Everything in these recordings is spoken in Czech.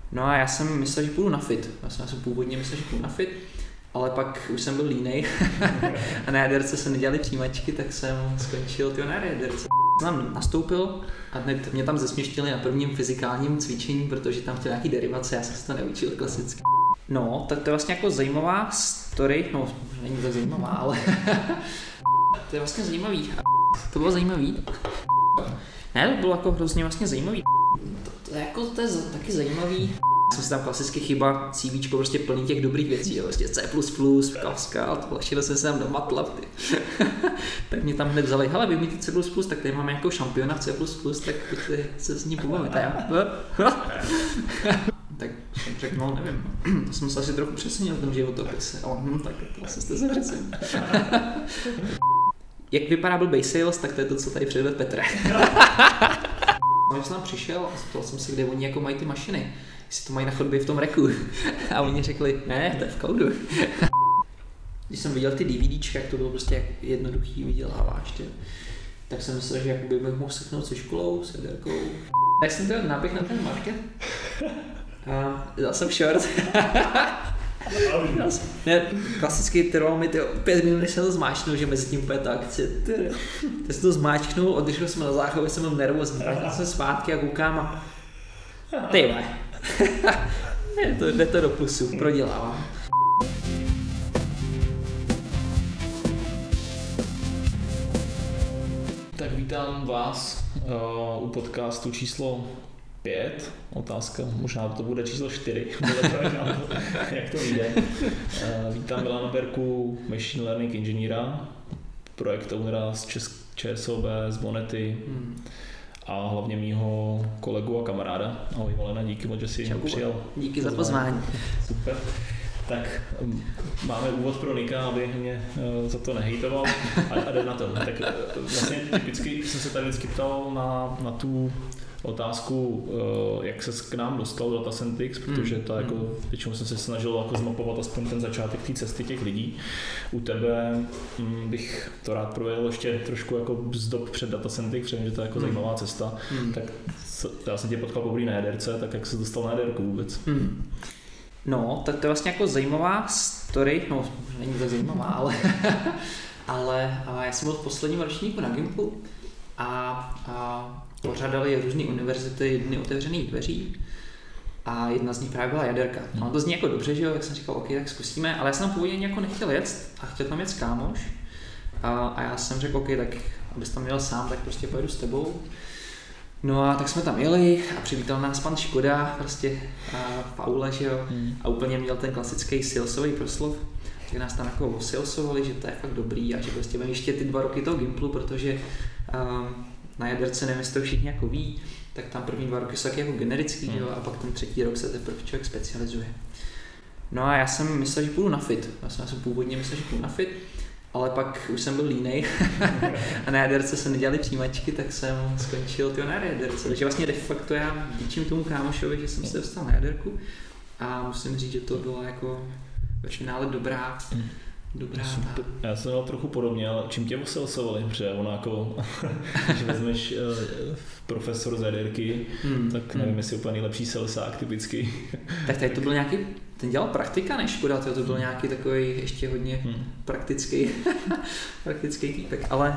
No a já jsem myslel, že půjdu na fit. Já jsem původně myslel, že půjdu na fit, ale pak už jsem byl línej a na jaderce se nedělali přijímačky, tak jsem skončil na jaderce. Jsem tam nastoupil a mě tam zesměštili na prvním fyzikálním cvičení, protože tam chtěl nějaký derivace, já jsem se to neučil klasicky. No, tak to je vlastně jako zajímavá story, no není to zajímavá, ale to je vlastně zajímavý. To bylo zajímavý. Ne, to bylo jako hrozně vlastně zajímavý. To je taky zajímavý. Jsem si tam klasicky chyba, CVčko prostě plný těch dobrých věcí, jo, prostě C++, Pascal, šel jsem se tam do MATLAB, tak mě tam hned vzali, hele, vy umíte C++, tak tady máme nějakou šampiona v C++, tak pojďte se s ním pobavit, a já. Tak jsem řekl, no nevím, to jsem se asi trochu přesunil v tom životopise, ale tak to asi jste se přesunil. Jak vypadá blbej sales, tak to je to, co tady předvedl Petr. Když jsem tam přišel a zeptal jsem si, kde oni jako mají ty mašiny, jestli to mají na chodbě v tom reku. A oni řekli, ne, to je v kódu. Když jsem viděl ty DVDčka, jak to bylo prostě jak jednoduchý vyděláváš, tak jsem myslel, že jakoby bych mohl seknout se školou, s jaderkou. Tak jsem to naběh na ten market a dal jsem short. Ne, klasicky trvalo mi 5 minut, než jsem to zmáčknul, že mezi tím úplně tak tak jsem to zmáčknul, odešel jsem na záchodě, jsem byl nervózní, vrátil jsem zpátky a koukám a tyhle, jde to do plusu, prodělávám. Tak vítám vás u podcastu číslo 5, otázka, možná to bude číslo 4, jak to vyjde. Vítám Milana Berku, Machine Learning inženýra, projekt ownera z ČSOB, z Monety a hlavně mýho kolegu a kamaráda. Ahoj Milana, díky moc, že jsi přijel. Díky za pozvání. Super. Tak máme úvod pro Nika, aby mě za to nehejtoval a jde na to. Tak vlastně typicky jsem se tady vždycky ptal na tu otázku, jak se k nám dostal Datacentrix, protože to jako, většinou jsem se snažil jako zmapovat aspoň ten začátek té cesty těch lidí. U tebe bych to rád provedl ještě trošku jako zdob před Datacentrix, protože to je jako zajímavá cesta. Tak já jsem tě potkal poprvé na jaderce, tak jak se dostal na jaderku vůbec? No, tak to je vlastně jako zajímavá story, no není to zajímavá, ale já jsem byl v posledním ročníku na Gimplu a pořádali různé univerzity dny otevřených dveří a jedna z nich právě byla jaderka. No to zní jako dobře, že jo, tak jsem říkal, OK, tak zkusíme, ale já jsem tam původně jako nechtěl jet a chtěl tam jet kámoš a já jsem řekl, OK, tak abys tam jel sám, tak prostě pojedu s tebou. No a tak jsme tam jeli a přivítal nás pan Škoda, prostě Paula, že jo, a úplně měl ten klasický salesový proslov. Tak nás tam jako osalesovali, že to je fakt dobrý a že prostě budeme ještě ty 2 roky toho Gimplu, protože na jaderce, nevím, jestli to všichni jako ví, tak tam první 2 roky jsou taky jako generický, jo, a pak ten 3. rok se teprve člověk specializuje. No a já jsem myslel, že půjdu na fit. Já jsem původně myslel, že půjdu na fit, ale pak už jsem byl línej a na jaderce se nedělali přijímačky, tak jsem skončil na jaderce. Takže vlastně de facto já díčím tomu kámošovi, že jsem se dostal na jaderku a musím říct, že to byla jako ve finále dobrá. Já jsem měl trochu podobně, ale čím tě osalesovali, protože ono jako, když vezmeš profesor z jaderky, tak nevím, jestli úplně nejlepší salesák typicky. Tak tady to byl nějaký, ten dělal praktika než Škoda, to byl nějaký takový ještě hodně praktický týpek, ale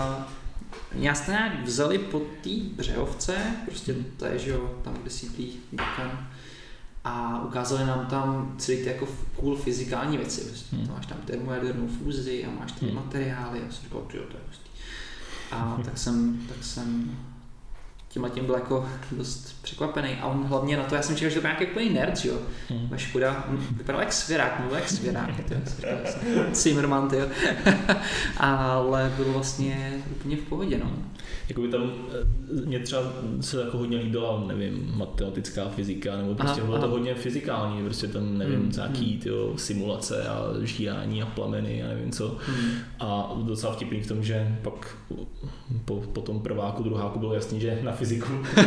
mě jste nějak vzali po té Břehovce, prostě to je, že jo, tam, kde sídlí děkan. A ukázali nám tam celý ty jako cool fyzikální věci. Prostě. Máš tam termojadernou fúzi a máš tam materiály. A jsem říkal, to je hustý. A tak jsem tímhletím byl jako dost překvapený. A on hlavně na to, já jsem čekal, že to byl nějaký úplný nerd, jo. Škoda, vypadal jak svěrák, mluvil jak svěrák. Zimmermann, jo. Ale byl vlastně úplně v pohodě, no. Jakoby tam mě třeba se jako hodně líbila, nevím, matematická fyzika, nebo prostě bylo to hodně fyzikální, prostě tam, nevím, nějaký simulace a žíjání a plameny a nevím co. A docela vtipný v tom, že pak po tom prváku, druháku bylo jasný, že na fyziku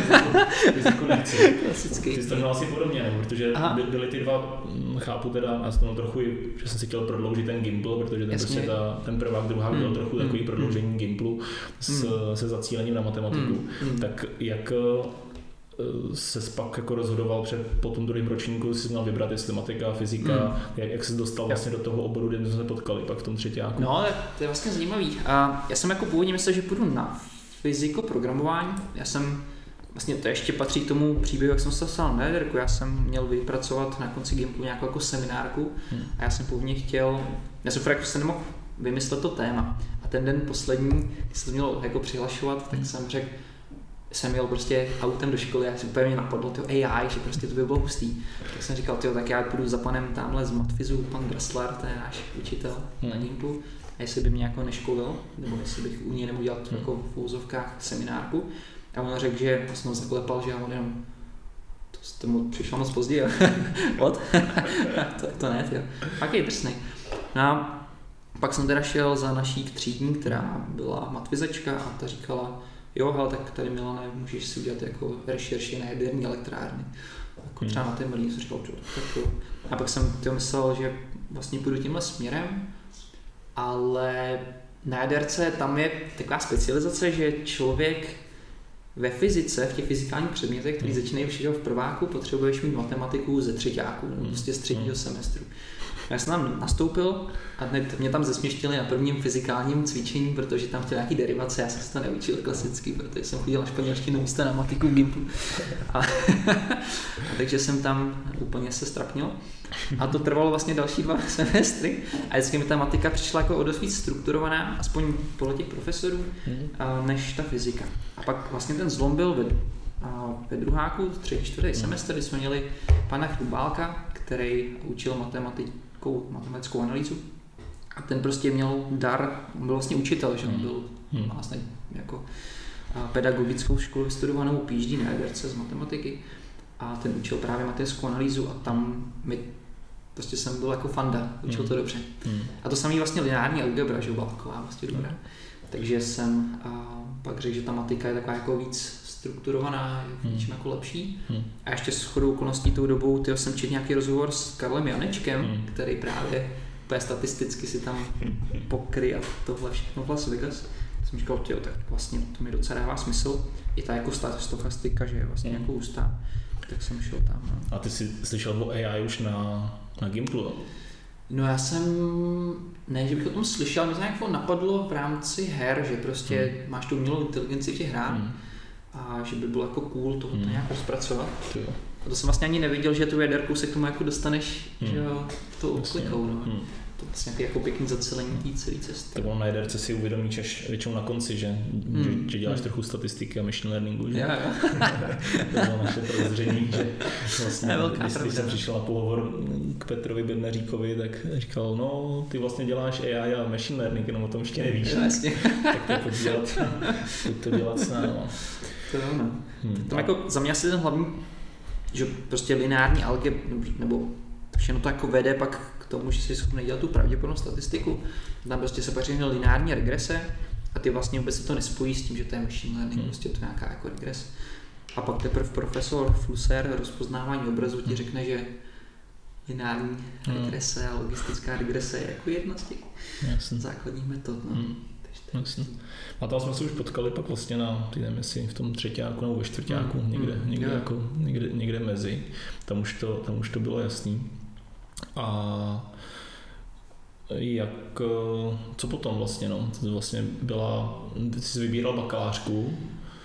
nechci. Klasický. Ty jsi to měl asi podobně, nebo? Protože byly ty 2, chápu teda, já jsem trochu, že jsem si chtěl prodloužit ten Gimpl, protože ten, prostě ten prvák, druhák byl trochu takový prodloužení Gimplu se zacílením na matematiku. Tak jak se pak jako rozhodoval po tom druhém ročníku, si měl vybrat, jestli matika, fyzika, jak se dostal vlastně do toho oboru, kde jsme se potkali pak v tom třetíku. No, to je vlastně zajímavý. A já jsem jako původně myslel, že půjdu na fyziko-programování. Já jsem, vlastně to ještě patří k tomu příběhu, jak jsem se dostal na jaderku. Já jsem měl vypracovat na konci Gimplu nějakou jako seminárku a já jsem původně chtěl, já jsem fakt se nemohl vymyslet to téma. A ten den poslední, když jsem měl jako přihlašovat, tak jsem řekl, jsem jel prostě autem do školy a si úplně mě napadlo AI, že prostě to by bylo hustý. Tak jsem říkal, tak já půjdu za panem tamhle z matfizu, pan Gressler, to je náš učitel na Gimplu, a jestli by mě jako neškolil, nebo jestli bych u něj nemohl dělat jako v úvozovkách seminárku. A on řekl, že vlastně zaklepal, že on jenom to mu přišlo moc pozdě. What? to ne, tyjo. Pak je drsnej. No a pak jsem teda šel za naší třídní, která byla matfizačka a ta říkala, jo, hele, tak tady Milane, můžeš si udělat jako rešerši na jaderní elektrárny. Jako třeba na té Melí, jsem říkal, tak jo. A pak jsem myslel, že vlastně půjdu tímhle směrem, ale na jaderce tam je taková specializace, že člověk ve fyzice, v těch fyzikálních předmětech, který začínají už v prváku, potřebuješ mít matematiku ze třetíku, nebo prostě z třetího semestru. Já jsem tam nastoupil a mě tam zesměštili na prvním fyzikálním cvičení, protože tam chtěl nějaký derivace, já jsem se to neučil klasicky, protože jsem chodil na španělštinu místo na matiku v Gimplu. A takže jsem tam úplně se strapnil. A to trvalo vlastně další 2 semestry a vždycky mi ta matika přišla jako o dost víc strukturovaná, aspoň podle těch profesorů, než ta fyzika. A pak vlastně ten zlom byl ve druháku, 3. 4. semestr, kdy jsme měli pana Chrubálka, který učil matematickou analýzu. A ten prostě měl dar, on byl vlastně učitel, že on byl vlastně jako pedagogickou školu vystudovanou, PhD na jaderce z matematiky. A ten učil právě matematickou analýzu a tam prostě jsem byl jako fanda, učil to dobře. A to samý vlastně lineární algebra, že byla taková vlastně dobrá. Takže jsem pak řekl, že ta matika je taková jako víc strukturovaná, je něčím jako lepší. A ještě s shodou okolností tou dobou jsem četl nějaký rozhovor s Karlem Janečkem, který právě úplně statisticky si tam pokry a tohle všechno v Las Vegas. Jsem říkal, tak vlastně to mi docela dává smysl. I ta jako stochastika, že je vlastně jako hustá. Tak jsem šel tam. No. A ty jsi slyšel o AI už na Gimplu? No já jsem, ne, že bych o tom slyšel, mě to nějak napadlo v rámci her, že prostě máš tu umělou inteligenci v těch hrách a že by bylo jako cool to nějak rozpracovat. A to jsem vlastně ani nevěděl, že tu jaderku se k tomu jako dostaneš, že to odklikou. No. To vlastně jako pěkný zacelení té celé cesty. Tak on na jaderce si uvědomíš až většinou na konci, že děláš trochu statistiky a machine learningu, že? Jo. To bylo naše podezření, že vlastně, když jsem přišel na pohovor k Petrovi Bednaříkovi, tak říkal, no, ty vlastně děláš AI a machine learning, jenom o tom ještě nevíš. Tak to dělat s námi. To je ono. Tam jako za mě asi ten hlavní, že prostě lineární algebra, nebo všechno to jako vede pak k tomu, že jsi schopný dělat tu pravděpodobnou statistiku. Tam prostě se patří lineární regrese a ty vlastně vůbec se to nespojí s tím, že to je machine learning, prostě to je nějaká jako regres. A pak teprve profesor Flusser rozpoznávání obrazu ti řekne, že lineární regrese a logistická regrese je jako jedna z těch základních metod. No. A tam jsme se už potkali pak vlastně na, nevím jestli v tom třetíku nebo ve čtvrtíku, někde mezi. Tam už to bylo jasný. A co potom vlastně, no? To vlastně byla, ty jsi vybíral bakalářku,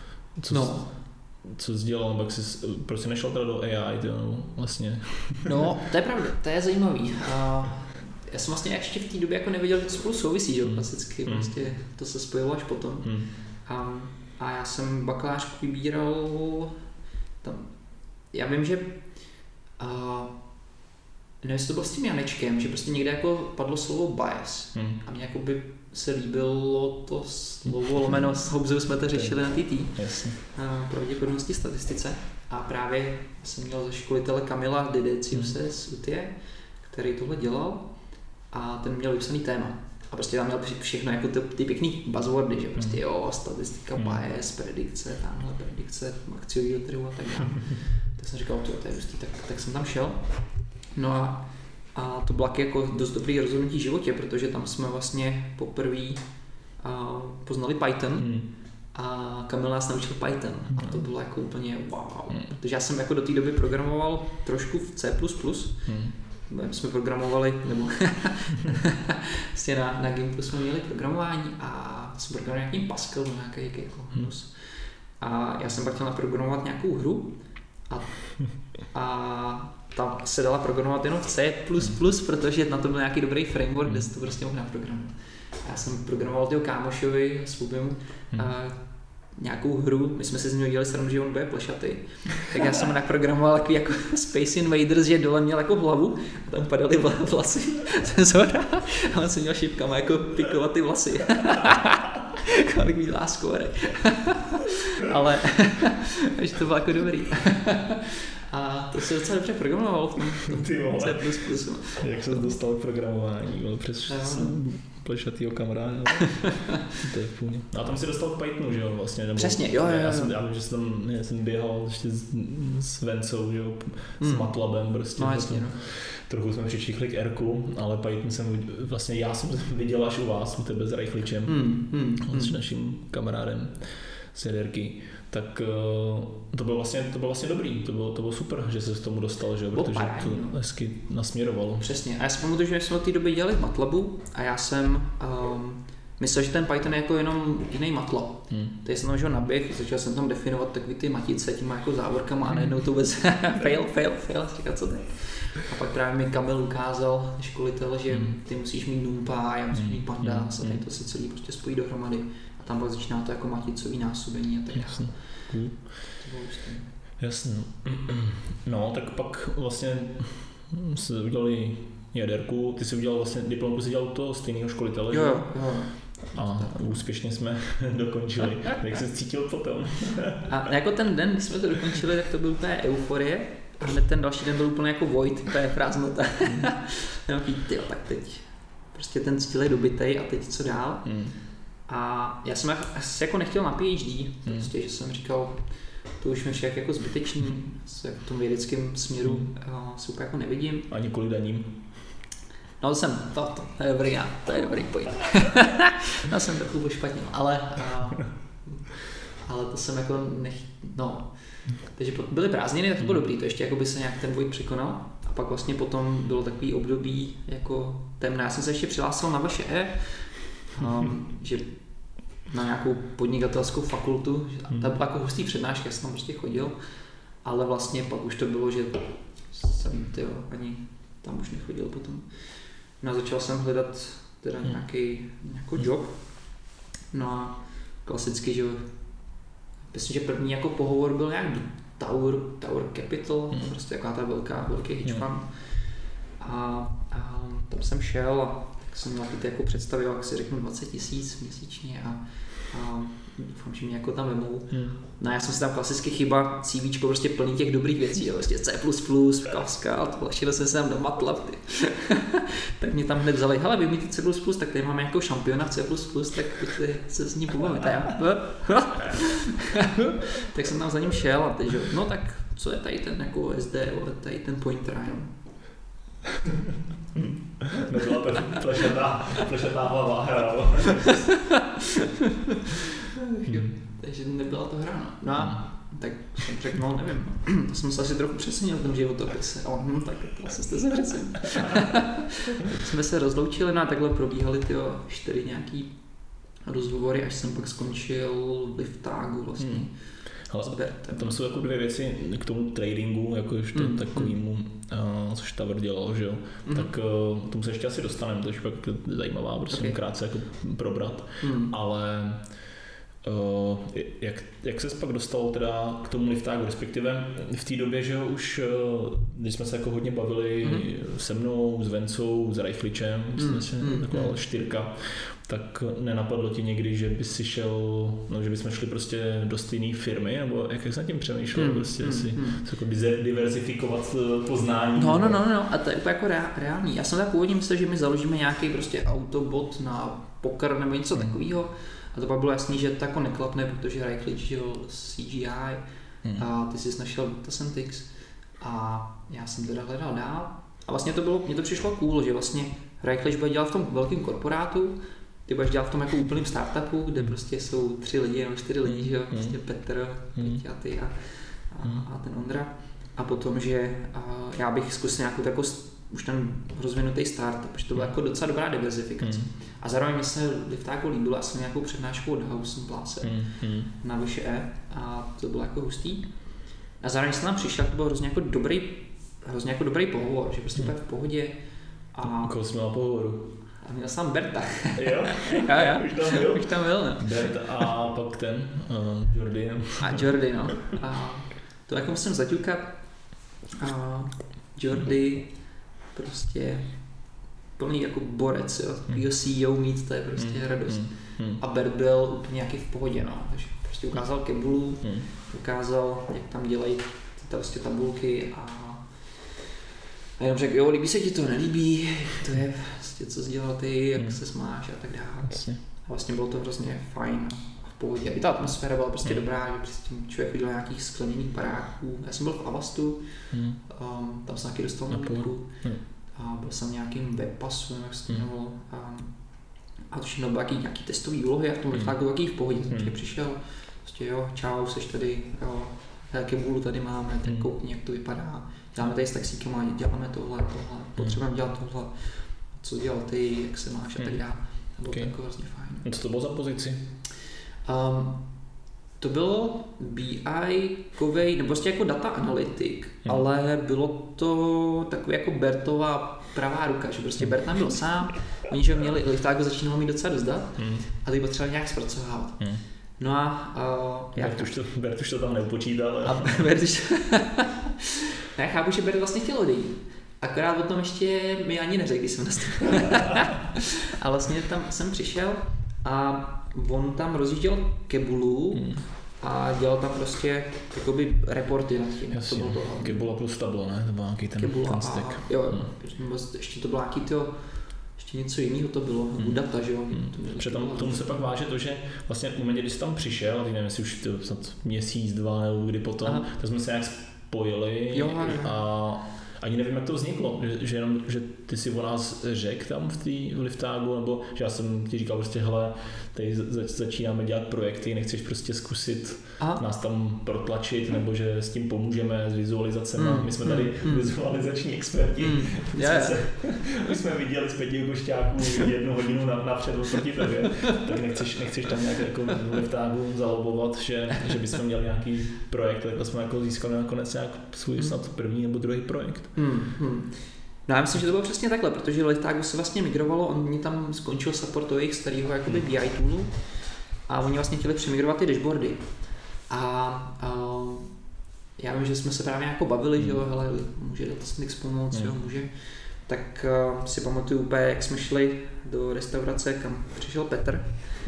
co jsi dělal, nebo proč jsi nešel teda do AI, no, vlastně? No, to je pravda, to je zajímavý. Já jsem vlastně ještě v té době jako nevěděl, že to spolu souvisí, že klasicky, prostě to se spojilo až potom. A já jsem bakalářku vybíral tam, já vím, že nevím, jestli to bylo s tím Janečkem, že prostě někde jako padlo slovo bias a mně jako by se líbilo to slovo lomeno, s Houbzou jsme to řešili na TT, pravděpodobnosti statistice a právě jsem měl ze školitele Kamila Dedeciuse z UTIE, který tohle dělal a ten měl vypsaný téma. A prostě tam měl všechno jako ty pěkný buzzwordy, že prostě statistika, bias, predikce, tamhle predikce, akciového trhu a tak dále. Tak jsem říkal, to je hustý, tak jsem tam šel. No a to bylo jako dost dobrý rozhodnutí v životě, protože tam jsme vlastně poprvé poznali Python a Kamil nás naučil Python a to bylo jako úplně wow. Protože já jsem jako do té doby programoval trošku v C++, jsme programovali, nebo vlastně na Gimplu jsme měli programování a jsme programovali nějakým Pascal, nějaký jako hnus. A já jsem pak chtěl naprogramovat nějakou hru a tam se dala programovat jenom v C++, protože na to byl nějaký dobrý framework, kde se to prostě mohl naprogramovat. Já jsem programoval toho kámošovi s Fubimu nějakou hru, my jsme si z něho dělali srandu, že on bude plešatý. Tak já jsem naprogramoval takový jako Space Invaders, že dole měl jako hlavu a tam padaly vlasy ze zhora a on se měl šipkama jako pikovat ty vlasy. Kolik výdlá skóre. Ale že to bylo jako dobrý. A to se docela dobře programoval v tom C++. Jak se dostal k programování? Přes plešatýho kamaráda. To je v půlně. A tam si dostal k Pythonu, že jo, vlastně? Nebo, přesně, jo. Já vím, že jsem běhal ještě s Vencou, že jo, s MATLABem prostě. No jasně, no. Trochu jsme přičichli k Rku, ale Python já jsem viděl až u vás, u tebe s Rajchličem, s naším kamarádem z jaderky. Tak to bylo vlastně dobrý, to bylo super, že se k tomu dostal, že? Protože to hezky nasměrovalo. Přesně, a já si pamatuju, že jsme od té doby dělali v MATLABu a já jsem myslel, že ten Python je jako jenom jiný MATLAB. Teď jsem tam že ho naběh, začal jsem tam definovat takový ty matice těma jako závorkama a najednou to vůbec fail, říkat co teď. A pak právě mi Kamil ukázal, školitel, že ty musíš mít NumPy, já musím mít Pandas a tady to se celý prostě spojí dohromady. A tam pak začíná to jako maticový násobení a tak dále. Jasně. No, tak pak vlastně se udělali jaderku, ty jsi udělal vlastně diplomku, jsi dělal to stejného školitele, jo. A úspěšně jsme dokončili. Jak jsi cítil potom? A jako ten den, kdy jsme to dokončili, tak to byl úplně euforie. A hned ten další den byl úplně jako void, to je prázdnota. Tak teď prostě ten cíl je dobytej a teď co dál. A já jsem asi jako nechtěl na PhD, prostě, že jsem říkal, to už mi však jako zbytečný, se v tom vědeckém směru se úplně jako nevidím. Ani kvůli daním. No to je dobrý point. Já jsem trochu pošpatnil, ale to jsem jako takže byly prázdniny, tak to bylo dobrý, to ještě jako by se nějak ten void překonal. A pak vlastně potom bylo takový období jako temné. Já jsem se ještě přihlásil na VŠE, že na nějakou podnikatelskou fakultu, ta byla jako hustý přednáška, já jsem tam prostě chodil, ale vlastně pak už to bylo, že jsem ani tam už nechodil potom. No a začal jsem hledat teda nějakou job, no a klasicky, že myslím, že první jako pohovor byl nějak Tower Capital, prostě taková ta velký hedge fund. A tam jsem šel a tak jsem měl ty jako představy, jak si řeknu 20 000 měsíčně a doufám, že mě jako tam vemou. No já jsem si tam klasicky chyba, CVčko prostě plný těch dobrých věcí, prostě C++, Pascal, šel jsem se tam do MATLAB. Tak mě tam hned vzali, hele, vy umíte C++, tak tady máme jako šampiona v C++, tak pojďte se s ním pobavit. A já, tak jsem tam za ním šel a teď, no tak co je tady ten jako SD, tady ten pointer, Nebyla to plešatá hlava hra. Takže nebyla to hra. No a tak jsem řekl, no nevím, to jsem se asi trochu přesunil v tom životopise. A tak to asi jste se přesunil. Jsme se rozloučili, no a takhle probíhaly 4 nějaký rozhovory, až jsem pak skončil v Liftagu vlastně. Ale tam jsou jako 2 věci k tomu tradingu, jakož takovýmu, což Tower dělal, že jo, tak tomu se ještě asi dostaneme, to je pak zajímavá, prostě krátce jako probrat, ale jak ses pak dostal teda k tomu Liftagu, respektive v té době, že jo, už, když jsme se jako hodně bavili se mnou, s Vencou, s Rajchličem, taková 4, tak nenapadlo ti někdy, že by si šel, že bychom šli prostě do stejné firmy, nebo jak jsi nad tím přemýšlel, prostě si jako diverzifikovat poznání? No, a to je úplně jako reálný. Já jsem tak původně myslel, že my založíme nějaký prostě autobot na poker nebo něco takového. A to pak bylo jasný, že to jako neklapne, protože Rajchlič žil CGI a ty jsi našel Datasyntics a já jsem teda hledal dál. A vlastně mně to přišlo cool, že vlastně Rajchlič bude dělat v tom velkém korporátu, ty budeš dělat v tom jako úplným startupu, kde prostě jsou 3 lidi nebo 4 lidi, že jo, prostě Petr, a ty a ten Ondra. A potom, že já bych zkusil nějakou jako už ten rozvinutý startup, protože to byla jako docela dobrá diverzifikace. A zároveň mi se Liftágo líbilo, já jsem nějakou přednášku od Housem Pláse na VŠE a to bylo jako hustý. A zároveň jsem tam přišel, to byl hrozně jako dobrý pohovor, že prostě úplně v pohodě. A koho jsi měl na pohovoru? A měl jsem Berta. Jo? Jo. Už tam byl, ne? Bert a pak ten, Jordy. A Jordy, no. A to jako musím zaťukat. A Jordy prostě plný jako borec, jo. Takovýho CEO mít, to je prostě radost. A Bert byl úplně nějaký v pohodě, no. Takže prostě ukázal kebulu, ukázal, jak tam dělají prostě tabulky a jenom řekl, jo, líbí se ti to, nelíbí, to je prostě co jsi dělal ty, jak se máš a tak dále. A vlastně bylo to hrozně fajn a v pohodě. I ta atmosféra byla prostě dobrá, že prostě člověk viděl nějakých skleněných baráků. Já jsem byl v Avastu, tam jsem taky dostal nabídku a byl jsem v nějakým webpasu, jak se to jmenovalo. A to všechno bylo nějaký testový úlohy a v tom Liftágu taky v pohodě. Jsem přišel, prostě jo, čau, seš tady, jo, kebulu tady máme, ten koukni, jak to vypadá. Děláme tady s taxíkama, děláme tohle, potřebujeme dělat tohle, co dělal ty, jak se máš a tak dále. To bylo jako hrozně fajn. Co to bylo za pozici? To bylo BI-kovej, nebo prostě jako data analytik, ale bylo to takový jako Bertova pravá ruka, že prostě Bert tam byl sám, oni že měli, Liftágo začínalo mít docela dost dat a ty potřebovali nějak zpracovávat. No a Bert už to tam neupočítal. A Bert už... Já chápu, že Bert vlastně chtěl odejít. Akorát o tom ještě mi ani neřekl, když jsem nastoupil. A vlastně tam jsem přišel a on tam rozjížděl kebulu a dělal tam prostě jakoby reporty nad tím. Jasně, to bylo to. Kebula plus tablo, ne? To byl nějaký ten stack. Jo, ještě to bylo nějaký ještě něco jiného to bylo, data, že jo. Protože tam tomu se pak váže to, že vlastně v momentě, kdy jsi tam přišel, a teď nevím, jestli už to snad měsíc, 2 nebo kdy potom, tak jsme se nějak spojili a ani nevím, jak to vzniklo, že jenom, že ty si o nás řekl tam v Liftágu, nebo že já jsem ti říkal prostě, hele, tady začínáme dělat projekty, nechceš prostě zkusit nás tam protlačit, nebo že s tím pomůžeme s vizualizacemi. My jsme tady vizualizační experti. My jsme viděli z 5 košťáků 1 hodinu napřed proti tebe, tak nechceš tam nějak jako v Liftágu zalobovat, že bychom měli nějaký projekt, tak jsme jako získali nakonec nějak svůj snad první nebo druhý projekt. No já myslím, že to bylo přesně takhle, protože Liftágu se vlastně migrovalo, oni tam skončil support jejich starého jakoby BI toolu a oni vlastně chtěli přemigrovat ty dashboardy. A já vím, že jsme se právě jako bavili, že jo, hele, může Datastyx pomoct, jo, může. Tak si pamatuju úplně, jak jsme šli do restaurace, kam přišel Petr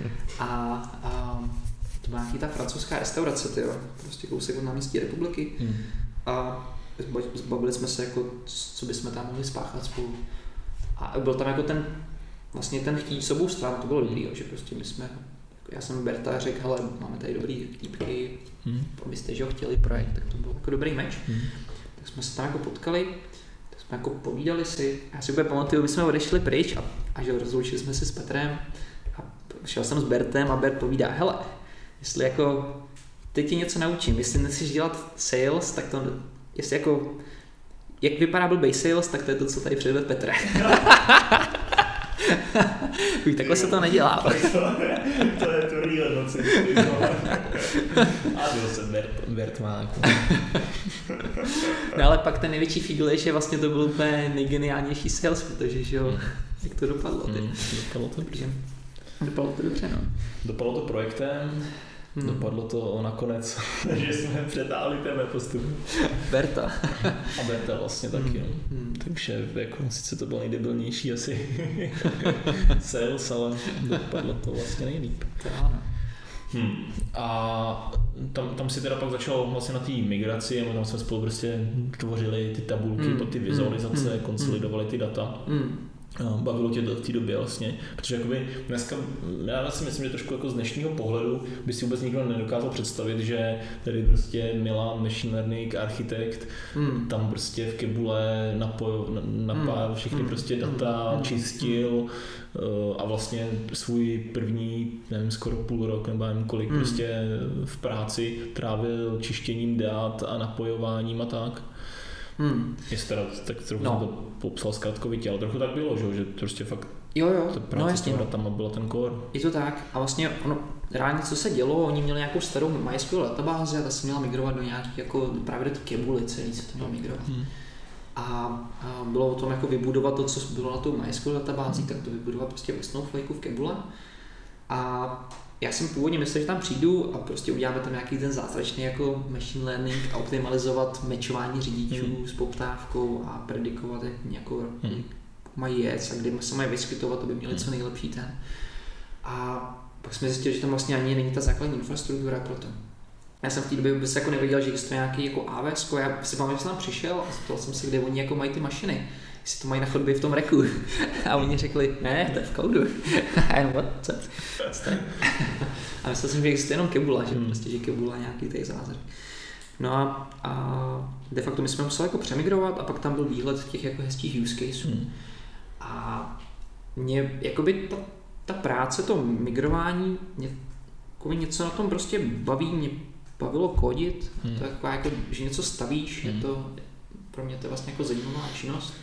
a to byla nějaký ta francouzská restaurace, tyjo, prostě kousek od náměstí Republiky. A zbavili jsme se, jako, co bychom tam mohli spáchat spolu. A byl tam jako vlastně ten chtíč s obou stran, to bylo dobrý, že prostě my jsme, já jsem Berta řekl, hele, máme tady dobrý týpky, vy jste, že ho chtěli projekt, tak to byl jako dobrý meč. Tak jsme se tam jako potkali, tak jsme jako povídali si, já si úplně pamatuju, my jsme odešli pryč a že rozloučili jsme se s Petrem a šel jsem s Bertem a Bert povídá, hele, jestli jako teď ti něco naučím, jestli nechceš dělat sales, tak to jestli jako, jak vypadá blbej sales, tak to je to, co tady předved Petr. Takhle se to nedělá. To je to real noci. A byl jsem Bert má. No ale pak ten největší figl je, že vlastně to byl úplně nejgeniálnější sales, protože že jo, jak to dopadlo. Dopadlo to dobře. Dopadlo to dobře, no. Dopadlo to projektem. Dopadlo to nakonec, že jsme přetáhli tebe postupu. Berta. A Berta vlastně taky. Takže jako, sice to bylo nejdebilnější asi sales, ale dopadlo to vlastně nejlíp. A tam si teda pak začal vlastně na té migraci, a tam jsme spolu prostě tvořili ty tabulky pod ty vizualizace, konsolidovali ty data. bavilo tě do té doby vlastně, protože jakoby dneska, já si myslím, že trošku jako z dnešního pohledu by si vůbec nikdo nedokázal představit, že tady prostě Milan, machine learning, architekt, tam prostě v Kebule napájel všechny prostě data, čistil a vlastně svůj první, nevím, skoro půl rok nebo nevím kolik prostě v práci trávil čištěním dat a napojováním a tak. Jestli teda tak trochu jsem to popsal zkrátkovitě, ale trochu tak bylo, že prostě fakt jo. práce s těmi datama byla ten core. Je to tak a vlastně reálně co se dělo, oni měli nějakou starou MySQL databázi a ta se měla migrovat do nějaký jako právě do té Kebuly celý se to mělo migrovat. A bylo o tom jako vybudovat to, co bylo na tou MySQL databázi, tak to vybudovat prostě ve Snowflakeu v Kebule. A já jsem původně myslel, že tam přijdu a prostě uděláme tam nějaký ten zázračný jako machine learning a optimalizovat matchování řidičů s poptávkou a predikovat, jak nějakou mají jet a kde se mají vyskytovat, aby měli co nejlepší ten. A pak jsme zjistili, že tam vlastně ani není ta základní infrastruktura pro to. Já jsem v té době vůbec jako nevěděl, že existuje nějaký jako AWS, já si pamatuju, že jsem tam přišel a zeptal jsem se, kde oni jako mají ty mašiny. Jestli to mají na chodbě v tom reku. A oni řekli, ne, to je v kódu. A jenom, what? A myslel jsem, že existuje jenom Kebula, že prostě, že Kebula nějaký tady zázrak. No a de facto my jsme museli jako přemigrovat a pak tam byl výhled těch jako hezkých use caseů. A mě, jakoby ta práce, to migrování, mě něco na tom prostě baví, mě bavilo kodit, to je jako, že něco stavíš, je to, pro mě to je vlastně jako zajímavá činnost.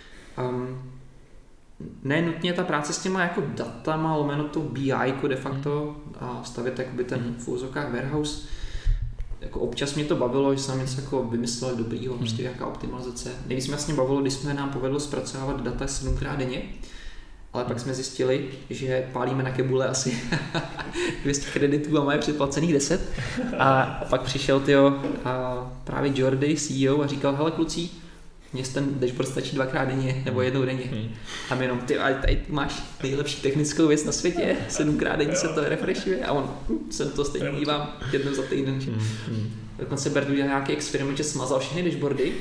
Ne nutně ta práce s těma jako datama, lomeno to BI de facto a stavět jakoby ten v úzovkách warehouse. Jako občas mě to bavilo, že jsem něco jako vymyslel dobrýho, prostě jaká optimalizace. Nejvíc mě vlastně bavilo, když jsme nám povedlo zpracovávat data 7x denně, ale pak jsme zjistili, že pálíme na Kebule asi 200 kreditů a máme předplacených 10. A pak přišel právě Jordy, CEO, a říkal, hele kluci, mně ten dashboard stačí 2x denně nebo jednou denně. A my jenom, tady máš nejlepší technickou věc na světě, 7x denně se to refreshuje a on se to stejně dívám jednou za týden. Dokonce Bertu dělal nějaký experiment, že smazal všechny dashboardy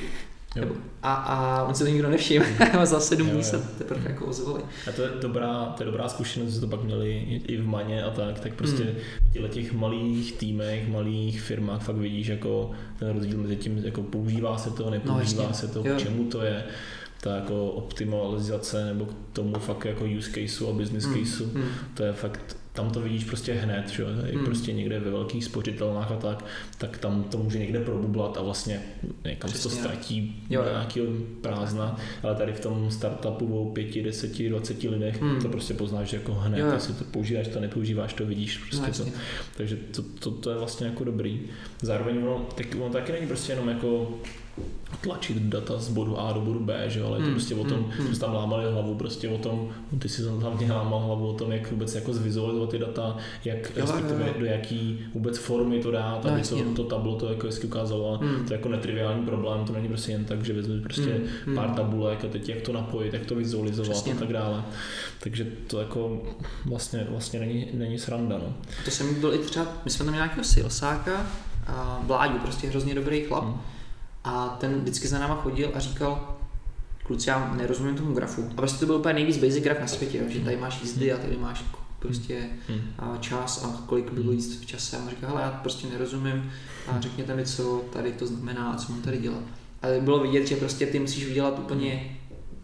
a on se to nikdo nevšiml. Za 7 dní se teprve jako ozvali. A to je dobrá zkušenost, že to pak měli i v Maně a tak prostě v těch malých týmech, malých firmách fakt vidíš jako ten rozdíl mezi tím, jako používá se to, nepoužívá se to, k čemu to je, ta jako optimalizace nebo k tomu fakt jako use caseu a business caseu, to je fakt, tam to vidíš prostě hned, že prostě někde ve velkých spořitelnách a tak tam to může někde probublat a vlastně někam se to ztratí do nějakého prázdna, ale tady v tom startupu o 5, 10, 20 lidech to prostě poznáš jako hned, jestli to používáš, to nepoužíváš, to vidíš prostě to. Takže to je vlastně jako dobrý. Zároveň ono taky není prostě jenom jako tlačit data z bodu A do bodu B, že? Ale je to prostě o tom, že jsme tam lámali hlavu prostě o tom, ty si hlavně lámal hlavu o tom, jak vůbec jako zvizualizovat ty data, jak respektive do jaký vůbec formy to dát, aby to tablo to jako hezky ukázalo. To je jako netriviální problém, to není prostě jen tak, že vezmeš prostě pár tabulek a teď jak to napojit, jak to vizualizovat a tak dále. Takže to jako vlastně není sranda, no. To jsem byl i třeba, my jsme tam měli nějakého salesáka a Vláďu, prostě hrozně dobrý chlap. A ten vždycky za náma chodil a říkal, kluci, já nerozumím tomu grafu. A prostě to byl úplně nejvíc basic graf na světě, že tady máš jízdy a tady máš prostě čas a kolik bylo jízd v čase. A on říkal, hele, já prostě nerozumím a řekněte mi, co tady to znamená a co mám tady dělat. Ale bylo vidět, že prostě ty musíš udělat úplně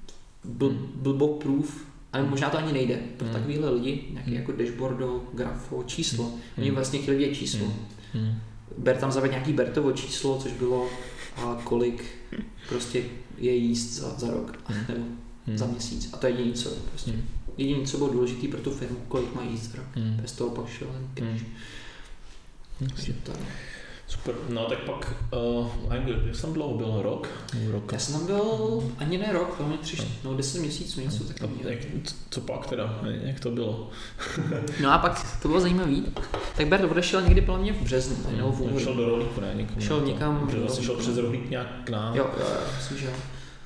blboproof, ale možná to ani nejde. Pro takovýhle lidi, nějaký jako dashboardo, grafo, číslo. Oni vlastně chtěli vědět číslo. Ber tam zaved nějaký Bertovo číslo, což bylo kolik prostě je jíst za rok nebo za měsíc. A to je jediné, co prostě. Jediné, co bylo důležité pro tu firmu, kolik má jíst za rok. Bez toho pak šel ten cash. Takže to je. Super, no tak pak, jak jsem dlouho byl, rok? Já jsem tam byl ani ne rok, ale 10 měsíců, něco takového. Co pak teda, jak to bylo? No a pak to bylo zajímavý, tak Bert odešel někdy podle mě v březnu, nebo v únoru. Šel do Rohlíku, ne? Šel někam. Šel přes Rohlík nějak k nám. Jo, myslím, že jo.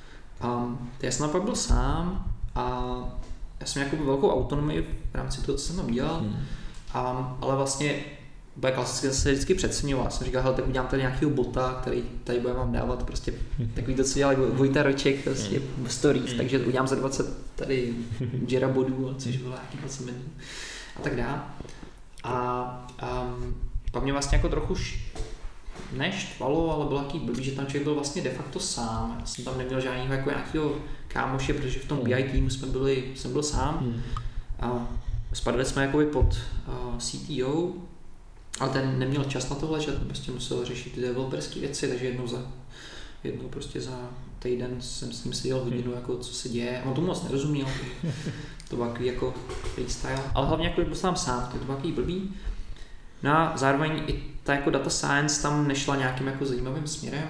Já jsem pak byl sám a já jsem nějakou velkou autonomii v rámci toho, co jsem tam dělal, ale vlastně bude klasicky zase vždycky přeceňoval. Jsem říkal, hele, tak udělám tady nějakého bota, který tady bude vám dávat prostě takový to, co dělali Vojta Roček, prostě stories, takže udělám za 20 tady Jera bodů, což bylo nějaký 20 minut a tak dále. A pak mě vlastně jako trochu neštvalo, ale bylo takový blbý, že tam člověk byl vlastně de facto sám. Já jsem tam neměl žádného jako nějakého kámoše, protože v tom BI týmu jsem byl sám. A spadli jsme jakoby pod CTO, ale ten neměl čas na tohle, že prostě musel řešit ty developerské věci, takže jednou prostě za týden jsem s ním seděl hodinu, jako co se děje. On tomu moc nerozuměl, to bylo takový jako freestyle, ale hlavně jako byl sám, to bylo takový blbý. No a zároveň i ta jako data science tam nešla nějakým jako zajímavým směrem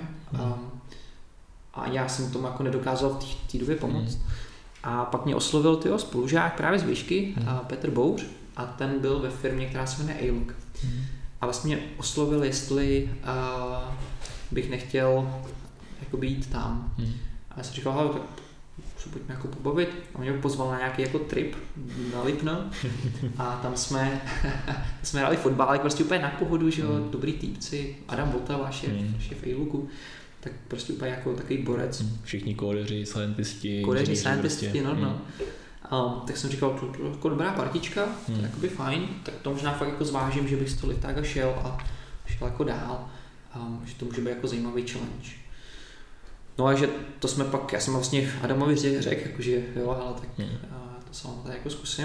a já jsem tomu jako nedokázal v té době pomoct. A pak mě oslovil spolužák právě z Výšky, Petr Bouř, a ten byl ve firmě, která se jmenuje A-Look. A vlastně mě oslovil, jestli bych nechtěl jako být tam. A já jsem říkal, hele, tak se pojďme jako pobavit. A mě pozval na nějaký jako trip na Lipno a tam jsme hráli fotbal, prostě úplně na pohodu, že jo, dobrý týpci, Adam Votava, šéf A-Looku, tak prostě úplně jako takový borec. Všichni kódeři, scientisti, prostě. No. Tak jsem říkal, to jako dobrá partička, to je jakoby fajn, tak to možná fakt jako zvážím, že bych z toho Liptága šel jako dál, že to může být jako zajímavý challenge. No a že to jsme pak, já jsem vlastně Adamovi řekl, jakože jo, ale tak to se vám tady jako zkusím.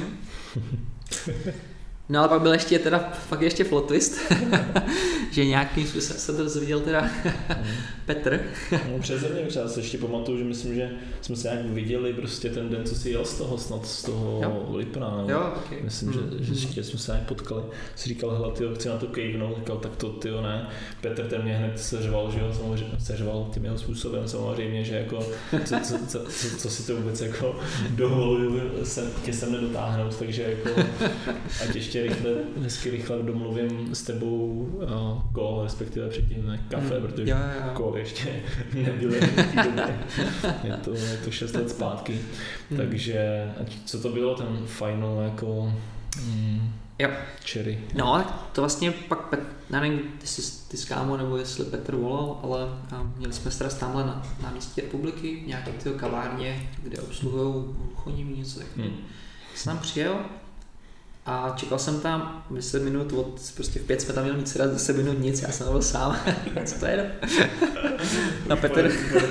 No ale pak byl ještě teda, fakt ještě plot twist, že nějakým způsobem se to dozvěděl teda Petr. No přeze mě třeba se ještě pamatuju, že myslím, že jsme se nějak viděli prostě ten den, co si jel z toho Lipna, nebo okay. Myslím, že ještě jsme se nějak potkali, si říkal, hele tyjo, chci na to kejvnout, říkal, tak to tyjo ne, Petr ten mě hned seřval, že jo, seřval tím jeho způsobem samozřejmě, že jako, co si to vůbec jako dovoluju se mne dotáhnout, takže jako, ať ještě hezky rychle domluvím s tebou kol, respektive předtím kafe, protože kol ještě nebyly v té době. Je to 6 let zpátky. Takže co to bylo ten final jako cherry? No, to vlastně pak, já nevím, ty s kámo, nebo jestli Petr volal, ale měli jsme se tamhle na místě republiky, nějaké tyho kavárně, kde obsluhují hluchoněmí, něco takového. Jsem tam přijel a čekal jsem tam 10 minut, prostě v 5 jsme tam měli mít 10 minut nic, já jsem byl sám, co to je? Na Petr.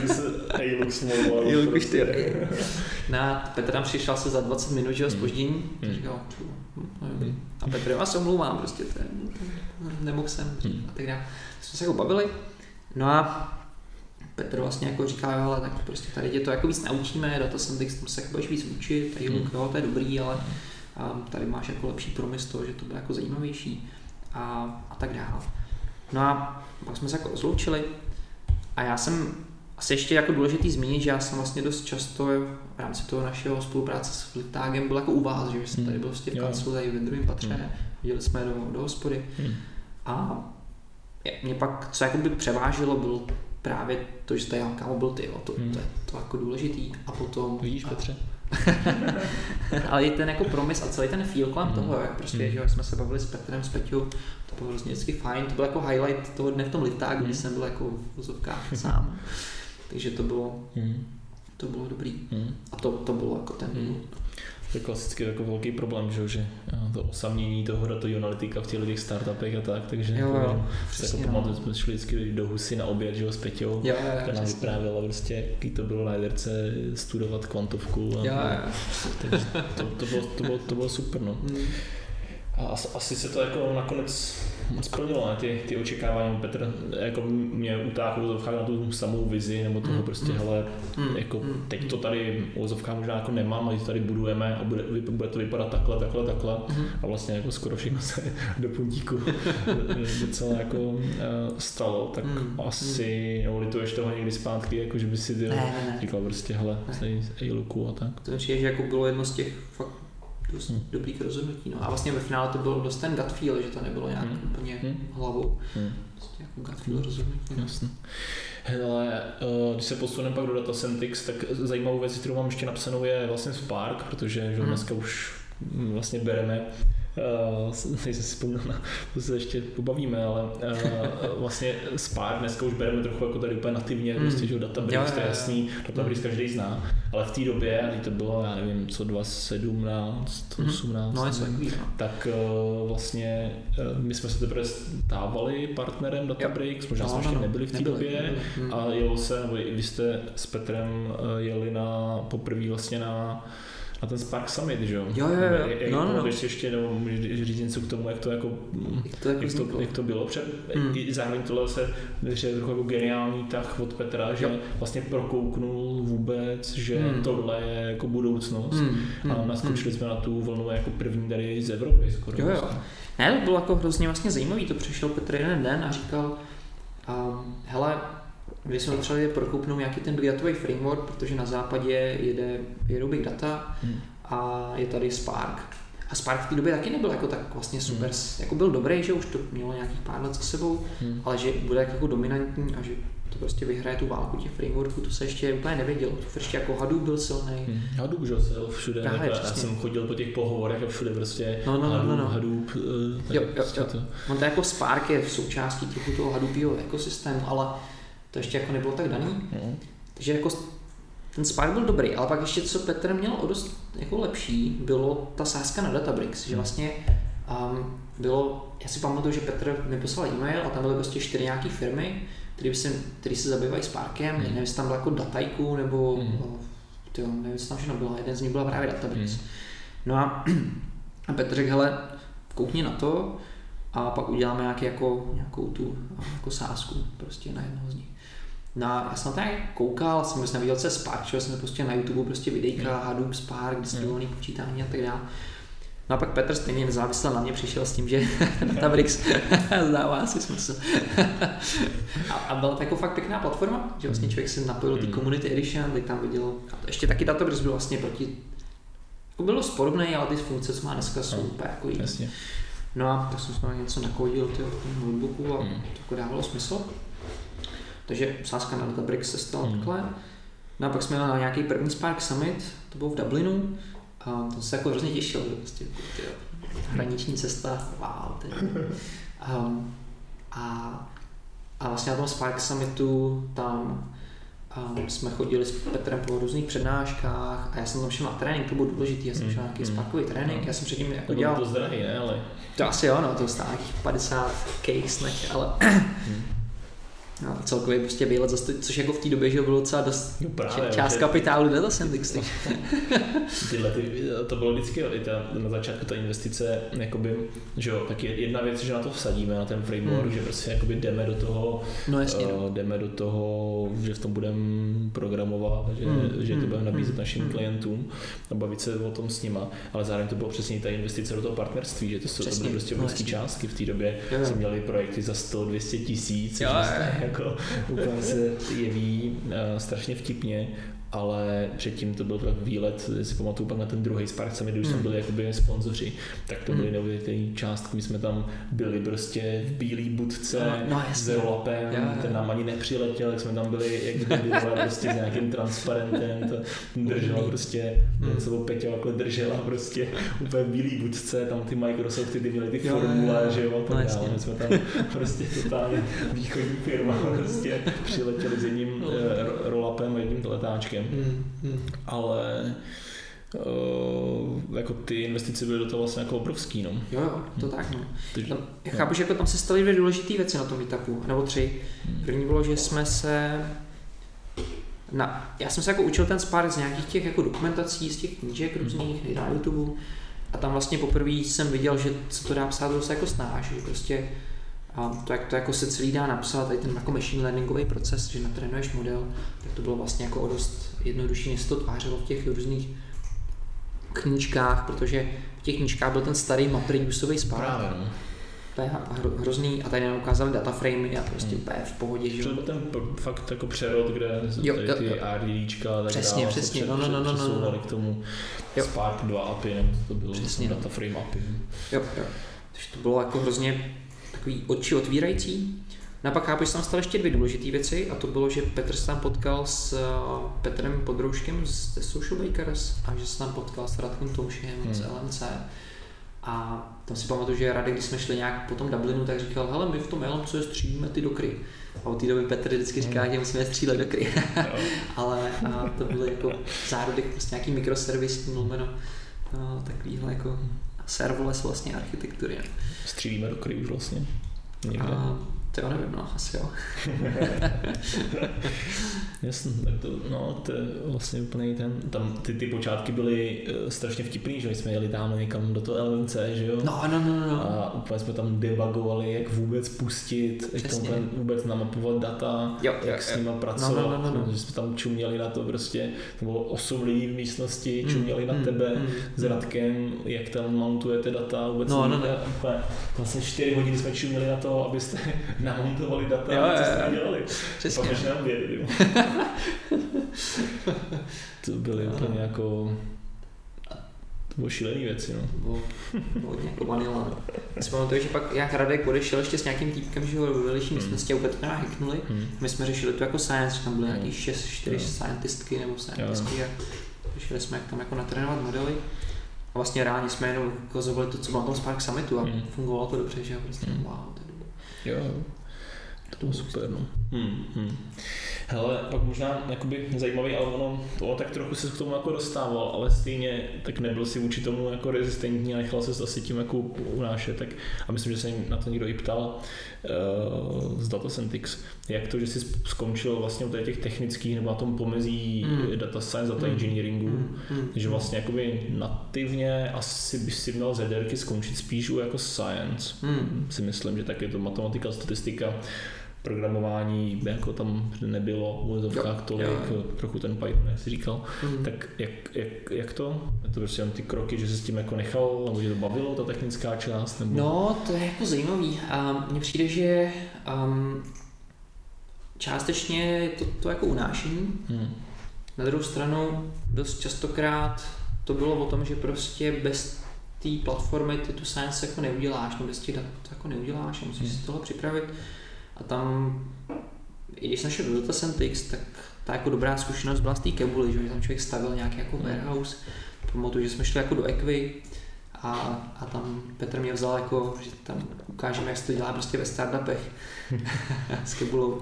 Petr tam přišel asi za 20 minut, že ho zpoždění, říkal, a Petr, já se omlouvám, prostě nemohl jsem a tak dále. Jsme se jako bavili, no a Petr vlastně jako říká, hele, tak prostě tady tě to jako víc naučíme, data scientix, tam se budeš víc učit, tady jo, to je dobrý, ale tady máš jako lepší promys toho, že to bude jako zajímavější a tak dále. No a pak jsme se jako rozloučili a já jsem asi ještě jako důležitý zmínit, že já jsem vlastně dost často v rámci toho našeho spolupráce s Fliptagem byl jako u vás, že jsem tady byl vlastně v kanclu, tady ve druhém patře, viděli jsme do hospody a mě pak, co jako by převážilo, bylo právě to, že tady kámo byl ty, to je to jako důležitý a potom... Vidíš, Petře? Ale i ten jako promis a celý ten feel kolem toho, jak prostě, že jsme se bavili s Petrem, s Peťou, to bylo hrozně vždycky fajn, to byl jako highlight toho dne v tom Liptágu, kdy jsem byl jako v vozovkách sám, takže to bylo dobrý a to bylo jako ten To je klasicky jako velký problém, že to osamění toho data analytika v těch startupech a tak, takže jako pamatuju, jsme šli vždycky do Husy na oběd, že jo, s Peťou, která nám vyprávěla prostě, jaký to bylo na Jderce studovat kvantovku. Takže to bylo super, no. A asi se to jako nakonec splnilo, ne? Ty očekávání. Petr jako mě utáhl na tu samou vizi, nebo toho prostě, hele, jako teď to tady uvozovka možná jako nemám, a tady budujeme a bude to vypadat takhle a vlastně jako skoro všechno se do puntíku docela jako stalo, tak asi, nebo lituješ toho někdy zpátky, jako že by si říkal prostě, hele, z A-Looku a tak. To mi přijde, že jako bylo jedno z těch fakt dost dobrých rozhodnutí. No. A vlastně ve finále to bylo dost ten gut feel, že to nebylo nějak úplně hlavou. Prostě jako gut feel rozhodnutí. Jasně. Hele, když se posuneme pak do Data Scientix, tak zajímavou věc, kterou mám ještě napsanou, je vlastně Spark, protože že dneska už vlastně bereme nejsem si vzpomněl, to se ještě pobavíme, ale vlastně Spark dneska už bereme trochu jako tady úplně nativně, prostě, že Databricks, to je jasný, Databricks každý zná, ale v té době, kdy to bylo, já nevím, co 2017, 2018, tak vlastně my jsme se teprve stávali partnerem Databricks, možná jsme ještě nebyli v té době a jelo se, nebo i vy jste s Petrem jeli poprvé vlastně na ten Spark Summit, že jo? Jo. Ještě můžeš říct něco k tomu, jak to bylo. I zároveň tohle se je trochu jako geniální tah od Petra, že vlastně prokouknul vůbec, že tohle je jako budoucnost a naskočili jsme na tu vlnu jako první tady z Evropy skoro. Jo. Ne, to bylo jako hrozně vlastně zajímavý, to přišel Petr jeden den a říkal, hele, my jsme potřebovali prokoupnout nějaký ten big datový framework, protože na západě jedou big data a je tady Spark. A Spark v té době taky nebyl jako tak vlastně super, jako byl dobrý, že už to mělo nějakých pár let za sebou, ale že bude jako dominantní a že to prostě vyhraje tu válku těch frameworků, to se ještě úplně nevědělo. To ještě jako Hadoop byl silný. Hadoop už byl všude, já jsem chodil po těch pohovorech a všude prostě Hadoop. Jo. On to jako Spark je v součástí trochu toho Hadoopího ekosystému, ale to ještě jako nebylo tak daný. Takže jako ten Spark byl dobrý, ale pak ještě co Petr měl o dost jako lepší, bylo ta sázka na Databricks, že vlastně bylo, já si pamatuju, že Petr mi poslal e-mail a tam byly prostě 4 nějaký firmy, které se zabývají Sparkem, nevím, jestli tam bylo jako Dataiku, nebo nevím, jestli tam všechno bylo, jeden z nich byla právě Databricks. No a Petr řekl, hele, koukni na to a pak uděláme nějakou tu jako sázku prostě na jednoho z nich. No, já jsem na to koukal, jsem vlastně neviděl, co je Spark, že jsem prostě na YouTube prostě videjka, Hadoop, Spark, distribuovaný počítání a tak dále. No a pak Petr stejně nezávisle na mě přišel s tím, že Databricks zdává asi smysl. a byla to jako fakt pěkná platforma, že vlastně člověk se napojil do té Community Edition, tak tam viděl, a ještě taky Databricks byl vlastně proti, jako bylo podobný, ale ty funkce, co má dneska, jsou úplně jako jiný. No a tak jsem se něco nakódil v tom notebooku a to jako dávalo smysl. Takže sázka na Databricks se stala takhle. No a pak jsme jeli na nějaký první Spark Summit, to bylo v Dublinu. A to se jako hrozně těšil, že prostě hraniční cesta, wow. A vlastně na tom Spark Summitu tam jsme chodili s Petrem po různých přednáškách a já jsem tam šel na trénink, to bylo důležitý, já jsem šel na nějaký sparkový trénink, já jsem předtím jako dělal... To zdrahý, ne, ale... To asi jo, no, to stálo nějakých 50 snad, ale... No, celkově prostě výlet za což jako v té době, že bylo docela dost část kapitálu Data Syndics. To bylo vždycky na začátku ta investice, jakoby, že jo, tak jedna věc, že na to vsadíme, na ten framework, že prostě jakoby jdeme do toho, že v tom budeme programovat, že to budeme nabízet našim klientům a bavit se o tom s nima, ale zároveň to bylo přesně ta investice do toho partnerství, že to byly prostě obrovské částky, v té době jsme měli projekty za 100-200 tisíc, jako úplně se jeví strašně vtipně, ale předtím to byl výlet, si pamatuju pak na ten druhý Spark Summit, kdy už tam byli jakoby sponzoři, tak to byly neuvěřitelné částky, my jsme tam byli prostě v bílý budce s rolapem, ten nám ani nepřiletěl, jak jsme tam byli, jak kdyby prostě s nějakým transparentem, to držela prostě, sebou Peťa takhle držela prostě úplně v bílý budce, tam ty Microsofty, ty měly ty formule, že jo, tak dále, my jsme tam prostě totálně východní firma prostě přiletěli s jedním rolapem a jedním letáčkem. Ale jako ty investice byly do toho vlastně jako obrovský, no. Jo, to tak, no. Já chápu, že jako tam se staly 2 důležité věci na tom meetupu, nebo 3. První bylo, že jsme se já jsem se jako učil ten Spark z nějakých těch jako dokumentací, z těch knížek různých na YouTube a tam vlastně poprvé jsem viděl, že co to dá psát, to se jako snáš, že prostě to, jak to jako se celý dá napsat, tady ten jako machine learningový proces, že natrénuješ model, tak to bylo vlastně jako o dost jednodušší, než se to tvářilo v těch různých knížkách, protože v těch knížkách byl ten starý MapReduceový Spark. Právě, no. To je hrozný a tady nám ukázali dataframey a prostě úplně v pohodě. Že? To byl ten fakt jako přerod, kde tady ty RDDčka a tak dále přesouvali k tomu Spark 2 API, nebo to bylo dataframe API. Jo. Takže to bylo jako hrozně takový oči otvírající. No a pak chápu, že tam staly ještě 2 důležité věci a to bylo, že Petr se tam potkal s Petrem Podrouškem z The Social Bakers a že se tam potkal s Radkem Tomšem z LMC a tam si pamatuju, že Radek, když jsme šli nějak po tom Dublinu, tak říkal, hele, my v tom Elmcu střílíme ty dokry. A od té doby Petr vždycky říká, že musíme střílet dokry. Ale to byly jako zárodek prostě nějaký mikroservis, lomeno takovýhle jako serverless vlastně architektury. Střílíme dokry už vlastně. To jo, nevím, no, asi jo. Jasně, tak to je vlastně úplně tam ty počátky byly strašně vtipný, že jsme jeli tam někam do toho LMC, že jo? No. A úplně jsme tam debugovali, jak vůbec pustit, jak tam vůbec namapovat data, jak s nima pracovat, že jsme tam čuměli na to prostě, to bylo 8 lidí v místnosti, čuměli na tebe s Radkem, jak tam montujete data, vůbec vlastně 4 hodiny jsme čuměli na to, abyste namontovali data, co jste tam dělali. Pak už nám věděli. To byly úplně jako... To bylo šílený věci, no. Bylo hodně jako vanila. Si pamatuju, že pak jak Radek odešel ještě s nějakým týpkem, že ho ve vedlejší místnosti a úplně to hacknuli. My jsme řešili to jako science, tam byly nějaký 4 scientistky nebo scientistky a řešili jsme, jak tam jako natrénovat modely. A vlastně reálně jsme jenom ukazovali to, co bylo na tom Spark Summitu a fungovalo to dobře, že jo, prostě wow, to je dobré. Jo. To bylo super, no. Hele, pak možná jakoby zajímavý, ale ono tak trochu se k tomu jako dostával, ale stejně tak nebyl si vůči tomu jako rezistentní a nechal se asi tím jako unášet, tak a myslím, že se na to někdo i ptal z Datacentrix, jak to, že jsi skončil vlastně u těch technických nebo na tom pomezí data science, data engineeringu, že vlastně jakoby nativně asi by si měl ZDRky skončit spíš u jako science. Si myslím, že tak je to matematika, statistika, programování jako tam nebylo v úvozovkách tolik, trochu ten Python, jak jsi říkal, tak jak to? Je to prostě jen ty kroky, že se s tím jako nechal, nebo že to bavilo, ta technická část? Nebo... No, to je jako zajímavý. Mně přijde, že částečně je to jako unášení. Na druhou stranu dost častokrát to bylo o tom, že prostě bez té platformy ty tu science jako neuděláš, nebo bez těch dat to jako neuděláš a musíš si tohle připravit. A tam, i když jsem šel do Datacentrix, tak ta jako dobrá zkušenost byla z té Kebuly, že tam člověk stavil nějaký jako warehouse. Pamatuju, že jsme šli jako do Equi a tam Petr mě vzal jako, že tam ukážeme, jak se to dělá prostě ve startupech s Kebulou.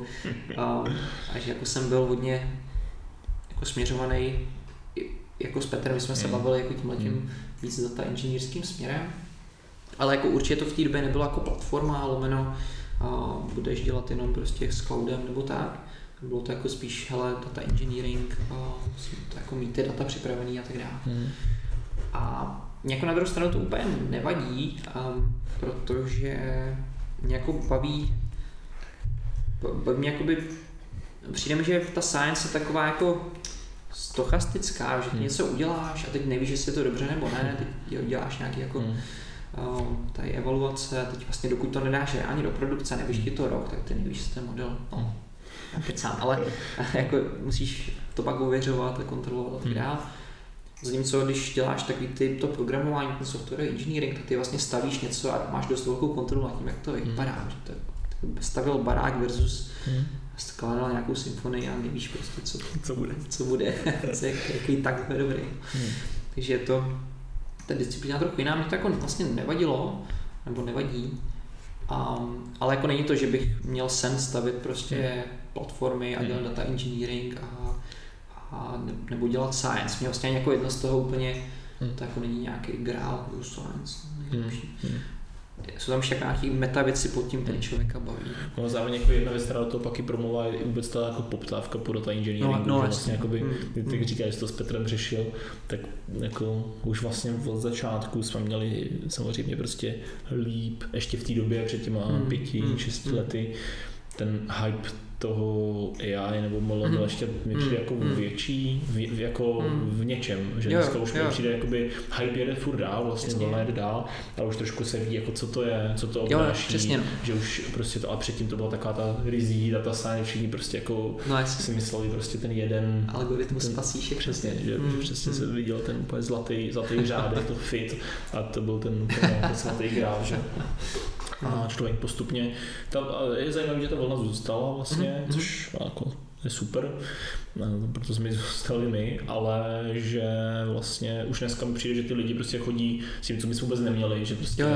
A že jako jsem byl hodně jako směřovaný, jako s Petrem jsme se bavili jako tímhletím víc data inženýrským směrem. Ale jako určitě to v té době nebylo jako platforma, lomeno budeš dělat jenom prostě s cloudem nebo tak. Bylo to jako spíš, hele, data engineering, musím to jako mít ty data připravený a tak dále. A jako na druhou stranu to úplně nevadí, protože mě jako baví mě jakoby, přijde mi, že ta science je taková jako stochastická, že ty něco uděláš a teď nevíš, jestli je to dobře nebo ne, teď děláš nějaký jako tady evaluace a teď vlastně dokud to nedáš reálně do produkce, nevíš ti to rok, tak ty nevíš, jestli ten model, sám, ale jako musíš to pak ověřovat a kontrolovat a tak dále. Zatímco když děláš takový to programování, ten software engineering, tak ty vlastně stavíš něco a máš dost velkou kontrolu nad tím, jak to vypadá. Že to stavil barák versus skládal nějakou symfonii a nevíš prostě, co bude, jaký tak bude dobrý. Takže je to ta disciplína trochu jiná, mě to jako vlastně nevadilo, nebo nevadí, ale jako není to, že bych měl sen stavit prostě platformy a dělat data engineering nebo dělat science. Mě vlastně jako jedno z toho úplně, to jako není nějaký grál do science. Jsou tam ještě nějaký meta věci pod tím, který člověka baví. No zároveň jako jedna věc, která do toho pak i promluvá, je vůbec ta jako poptávka po data engineeringu, že vlastně jakoby, jak říkáš, že to s Petrem řešil, tak jako už vlastně od začátku jsme měli samozřejmě prostě líp, ještě v té době před těma 5-6 lety, ten hype toho AI nebo ML ještě mi přijde jako větší jako v něčem, že dneska už mi přijde jakoby hype jede furt dál, vlastně vlna jede dál, ale už trošku se ví, jako co to je, co to obnáší, že už prostě to, a předtím to byla taková ta rizí data science, všichni prostě jako si mysleli prostě ten jeden algoritmus spasí všechno. Přesně, že přesně se viděl ten úplně zlatý řádek, to fit a to byl ten zlatý grál, že a člověk postupně, je zajímavé, že ta vlna zůstala vlastně, což jako je super, proto jsme ji dostali my, ale že vlastně už dneska mi přijde, že ty lidi prostě chodí s tím, co my jsme vůbec neměli, že prostě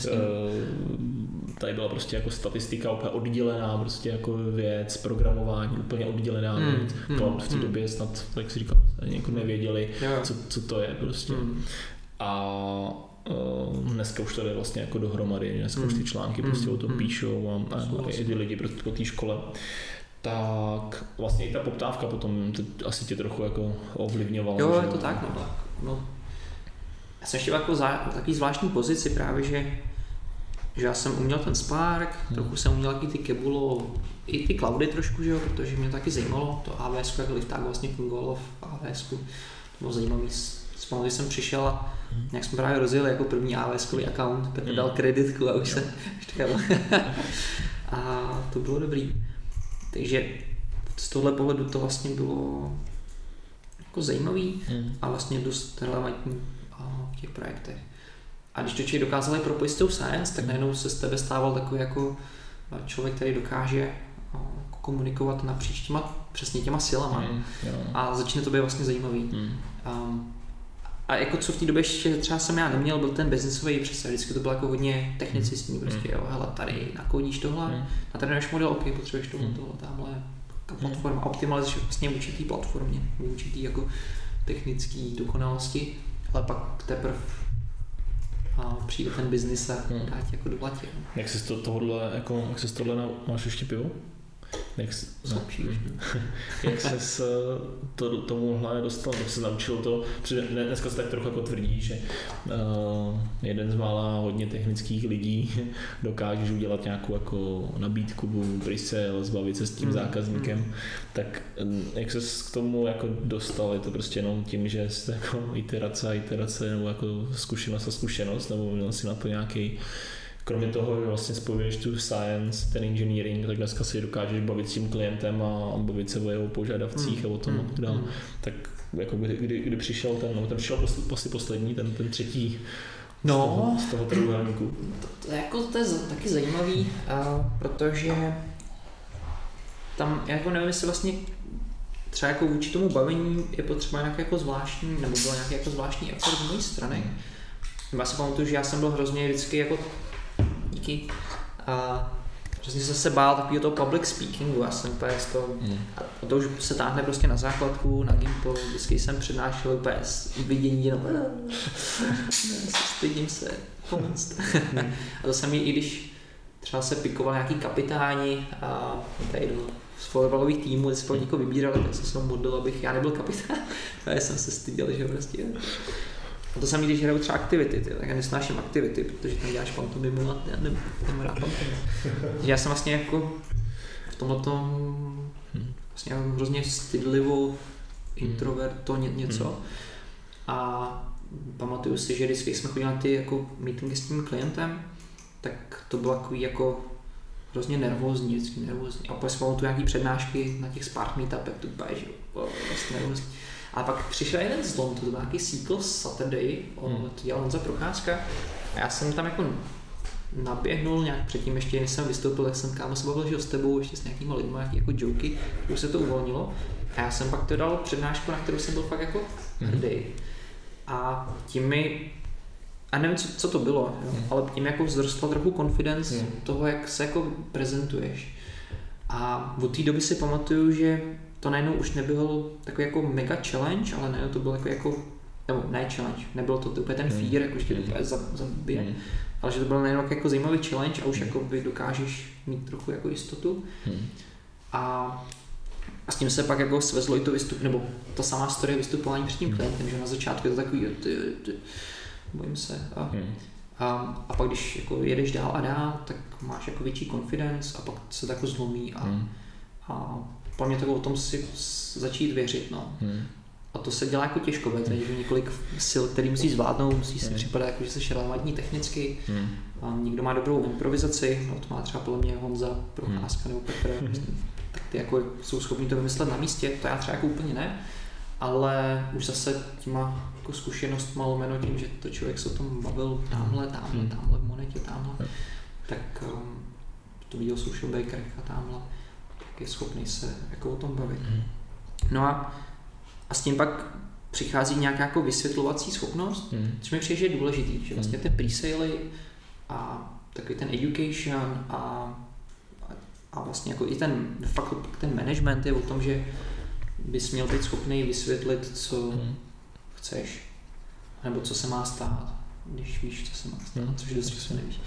tady byla prostě jako statistika úplně oddělená, prostě jako věc, programování úplně oddělená věc. V té době snad, tak si říkal, jako nevěděli, co to je prostě. A dneska už to jde vlastně jako dohromady, dneska už ty články prostě o tom píšou a i ty lidi prostě po té škole. Tak vlastně i ta poptávka potom asi tě trochu jako ovlivňovala. Jo, je to tak, no. Já jsem ještě jako takový zvláštní pozici právě, že já jsem uměl ten Spark, trochu jsem uměl taky ty Kebulo, i ty cloudy trošku, že jo, protože mě taky zajímalo to AWS, jak Liftago vlastně fungovalo v AWS, to bylo zajímavý. Vzpomínám, že jsem přišel a nějak jsme právě rozjeli jako první AWS-kový account, Petr dal kreditku a už se štěl. A to bylo dobrý. Takže z tohle pohledu to vlastně bylo jako zajímavý a vlastně dost relevantní v těch projektech. A když to člověk dokázal propojit s tou science, tak najednou se z tebe stával takový jako člověk, který dokáže komunikovat napříč přesně těma silama a začne to být vlastně zajímavý. A jako co v té době ještě třeba jsem já neměl, byl ten biznesový přesah, vždycky to bylo jako hodně technicistní, prostě jo, hele, tady nakodíš tohle, natrénuješ model, ok, potřebuješ tohle, tamhle platforma, optimalizuješ vlastně vůči té platformě, vůči té jako technické dokonalosti, ale pak teprve přijde ten biznis a dá ti jako do platě. Jak jsi tohle máš ještě pivo? Jak ses tomuhle dostal, jak se naučil to, protože dneska se tak trochu jako tvrdí, že jeden z mála hodně technických lidí dokáže udělat nějakou jako nabídku, pre-sale, zbavit se s tím zákazníkem, tak jak ses k tomu jako dostal, je to prostě jenom tím, že jste jako iterace nebo jako zkušenost, nebo měl si na to nějaký. Kromě toho, že vlastně spojuješ tu science, ten engineering, tak dneska si dokážeš bavit s tím klientem a bavit se o jeho požadavcích a o tom a tak dále. Tak jako kdy přišel ten přišel poslední, ten třetí z toho trojúhelníku. To je taky zajímavý, protože tam jako nevím, jestli vlastně třeba jako vůči tomu bavení je potřeba nějaký jako zvláštní, nebo byl nějaký jako zvláštní effort z mojí strany. Já si pamatuju, že já jsem byl hrozně vždycky jako díky. A hrozně jsem se bál takového toho public speakingu, já jsem úplně z toho, a to už se táhne prostě na základku, na Gimple, vždycky jsem přednášel úplně vidění jenom stydím se pomoct. A to jsem i když třeba se pikoval nějaký kapitáni a tady do volejbalových týmů, když se někoho vybírali, tak jsem se modlil, abych já nebyl kapitán. A já jsem se styděl, že prostě. A to samý, když hraju třeba aktivity, tak já nesnáším aktivity, protože tam děláš pantomimu a já nemám rád pantomimu. Takže já jsem vlastně jako v tomhletom vlastně hrozně stydlivo, introverto něco. A pamatuju si, že vždycky jsme chodili na ty jako meetingy s tím klientem, tak to bylo takový jako hrozně nervózní. A pak si pamatuju nějaký přednášky na těch Spark meetupech, to úplně, že vlastně nervózní. A pak přišel jeden zlom, to byl nějaký SQL Saturday, to dělal Honza Procházka a já jsem tam jako naběhnul nějak předtím, ještě než jsem vystoupil, tak jsem kámo se bavil, že s tebou, ještě s nějakýma lidma, nějaký jako joky, už se to uvolnilo a já jsem pak to dal přednášku, na kterou jsem byl fakt jako hrdý. A tím mi, a nevím, co to bylo, jo, ale tím jako vzrostla trochu confidence toho, jak se jako prezentuješ. A od té doby si pamatuju, že to najednou už nebyl takový jako mega challenge, ale najednou to byl jako nebo ne challenge, nebylo to úplně ten fear, jako že tě to zabije, ale že to byl najednou jako zajímavý challenge a už jako by dokážeš mít trochu jako jistotu. A s tím se pak jako svezlo i to nebo ta samá story vystupování před tím klientem, že na začátku je to takový, bojím se. A pak když jako jedeš dál a dál, tak máš jako větší confidence a pak se to jako zlomí a po mě to o tom si začít věřit, no. A to se dělá jako těžko, protože je několik sil, který musí zvládnout, musí si připadat jako, že jsi relevantní technicky. A někdo má dobrou improvizaci, no to má třeba podle mě Honza Procházka nebo Petr, tak ty jako jsou schopní to vymyslet na místě, to já třeba jako úplně ne, ale už zase těma jako zkušenostma lomeno tím, že to člověk se o tom bavil tamhle v monetě, tamhle, tak to viděl Social Baker a tamhle. je schopný se jako o tom bavit. No a s tím pak přichází nějaká jako vysvětlovací schopnost, což mi přijde, že je důležitý, že vlastně ty pre-sale a takový ten education a vlastně jako i ten management je o tom, že bys měl být schopný vysvětlit, co chceš, nebo co se má stát, když víš, co se má stát, což dost často nevíš.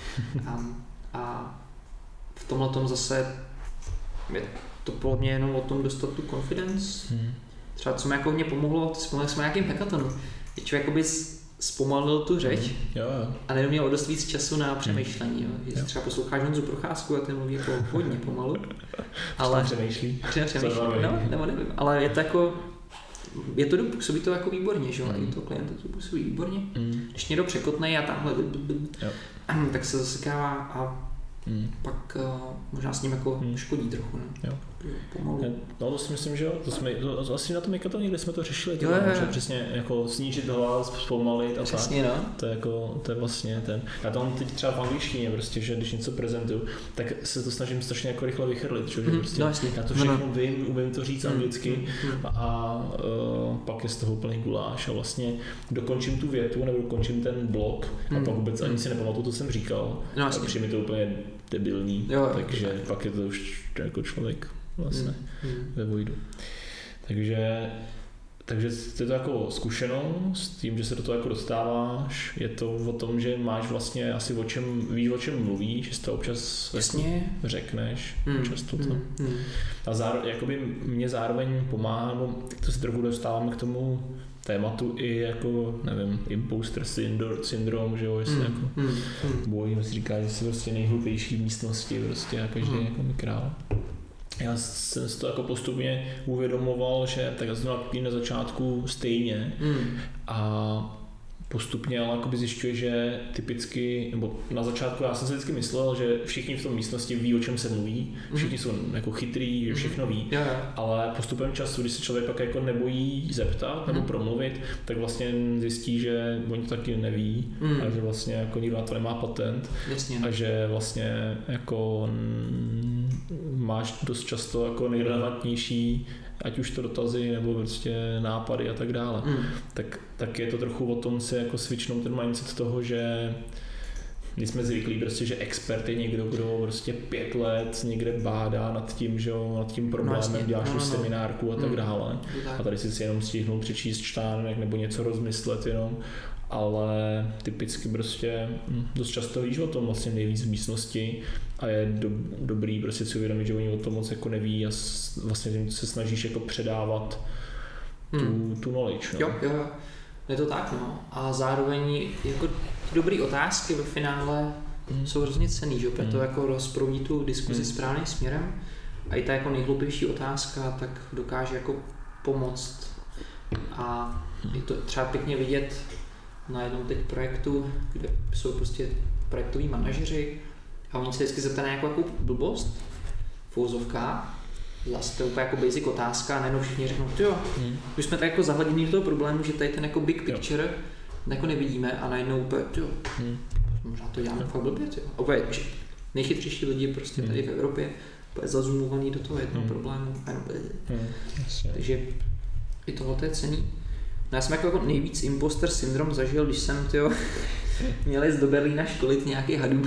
A v tomhle tom zase je to podle mě jenom o tom dostat tu confidence. Třeba co mi jako mě pomohlo, jsme na nějakým hackathonu, že člověk jakoby zpomalil tu řeč a neměl dost víc času na přemýšlení. Že třeba posloucháš Honzu Procházku a ten mluví jako hodně pomalu. Ale přemýšlí. No, nebo nevím, ale je to jako působí to jako výborně, že jo, i to klienta to působí výborně. Když někdo překotnej a tamhle tak se zasekává a pak možná s ním jako škodí trochu, ne? Pomalu. No to si myslím, že jo, to asi na tom hackathonu někde jsme to řešili, že přesně jako snížit hlas, zpomalit a přesně, tak. No. To je vlastně ten. Já tam teď třeba v angličtině prostě, že když něco prezentuju, tak se to snažím strašně jako rychle vychrlit, že prostě já to všechno umím to říct anglicky a pak je z toho úplný guláš a vlastně dokončím tu větu nebo dokončím ten blok a pak vůbec ani si nepamatuju, to jsem říkal. A přijde mi to úplně debilní, takže pak je to už jako člověk vlastně ve vojdu. Takže je to jako zkušenost s tím, že se do toho jako dostáváš, je to o tom, že máš vlastně asi víš, o čem mluvíš, že si to občas jako řekneš, často to. A jakoby mě zároveň pomáhá, no, to se trochu dostáváme k tomu tématu i jako, nevím, imposter syndrom, že jo, jestli jako bojím, si říká, že jsi prostě nejhlupější v místnosti prostě a každý jako král. Já jsem si to jako postupně uvědomoval, že tak jsem na začátku stejně a postupně ale jakoby zjišťuje, že typicky, nebo na začátku já jsem si vždycky myslel, že všichni v tom místnosti ví, o čem se mluví, všichni jsou jako chytrý, že všechno ví, ale postupem času, když se člověk pak jako nebojí zeptat nebo promluvit, tak vlastně zjistí, že oni to taky neví a že vlastně jako nikdo na to nemá patent a že vlastně jako máš dost často jako nejrelevantnější, ať už to dotazy nebo prostě nápady a tak dále. Tak je to trochu o tom si jako switchnout ten mindset toho, že my jsme zvyklí prostě, že expert je někdo, kdo prostě 5 let někde bádá nad tím, že nad tím problémem, děláš seminárku a tak dále. A tady si jenom stihnul přečíst článek nebo něco rozmyslet jenom, ale typicky prostě dost často víš o tom vlastně nejvíc v místnosti a je dobrý prostě si uvědomit, že oni o tom moc jako neví a vlastně se snažíš jako předávat tu knowledge. No. Jo. Je to tak, no. A zároveň jako dobrý otázky ve finále jsou hrozně cenný, že proto jako rozproudí tu diskuzi správným směrem a i ta jako nejhlubější otázka tak dokáže jako pomoct a je to třeba pěkně vidět na jednom teď projektu, kde jsou prostě projektoví manažeři a oni se vždycky zeptají na nějakou blbost v úvozovkách. Zase to je úplně jako basic otázka a najednou všichni řeknou, už jsme tak jako zahledění do toho problému, že tady ten jako big picture jako nevidíme a najednou úplně, možná to děláme fakt blbě, opět, nejchytřejší lidi prostě tady v Evropě úplně zazumovaný do toho jednoho problému. Takže i tohle je cenný. No já jsem jako nejvíc imposter syndrom zažil, když jsem měl jít do Berlína školit nějaký Hadoop.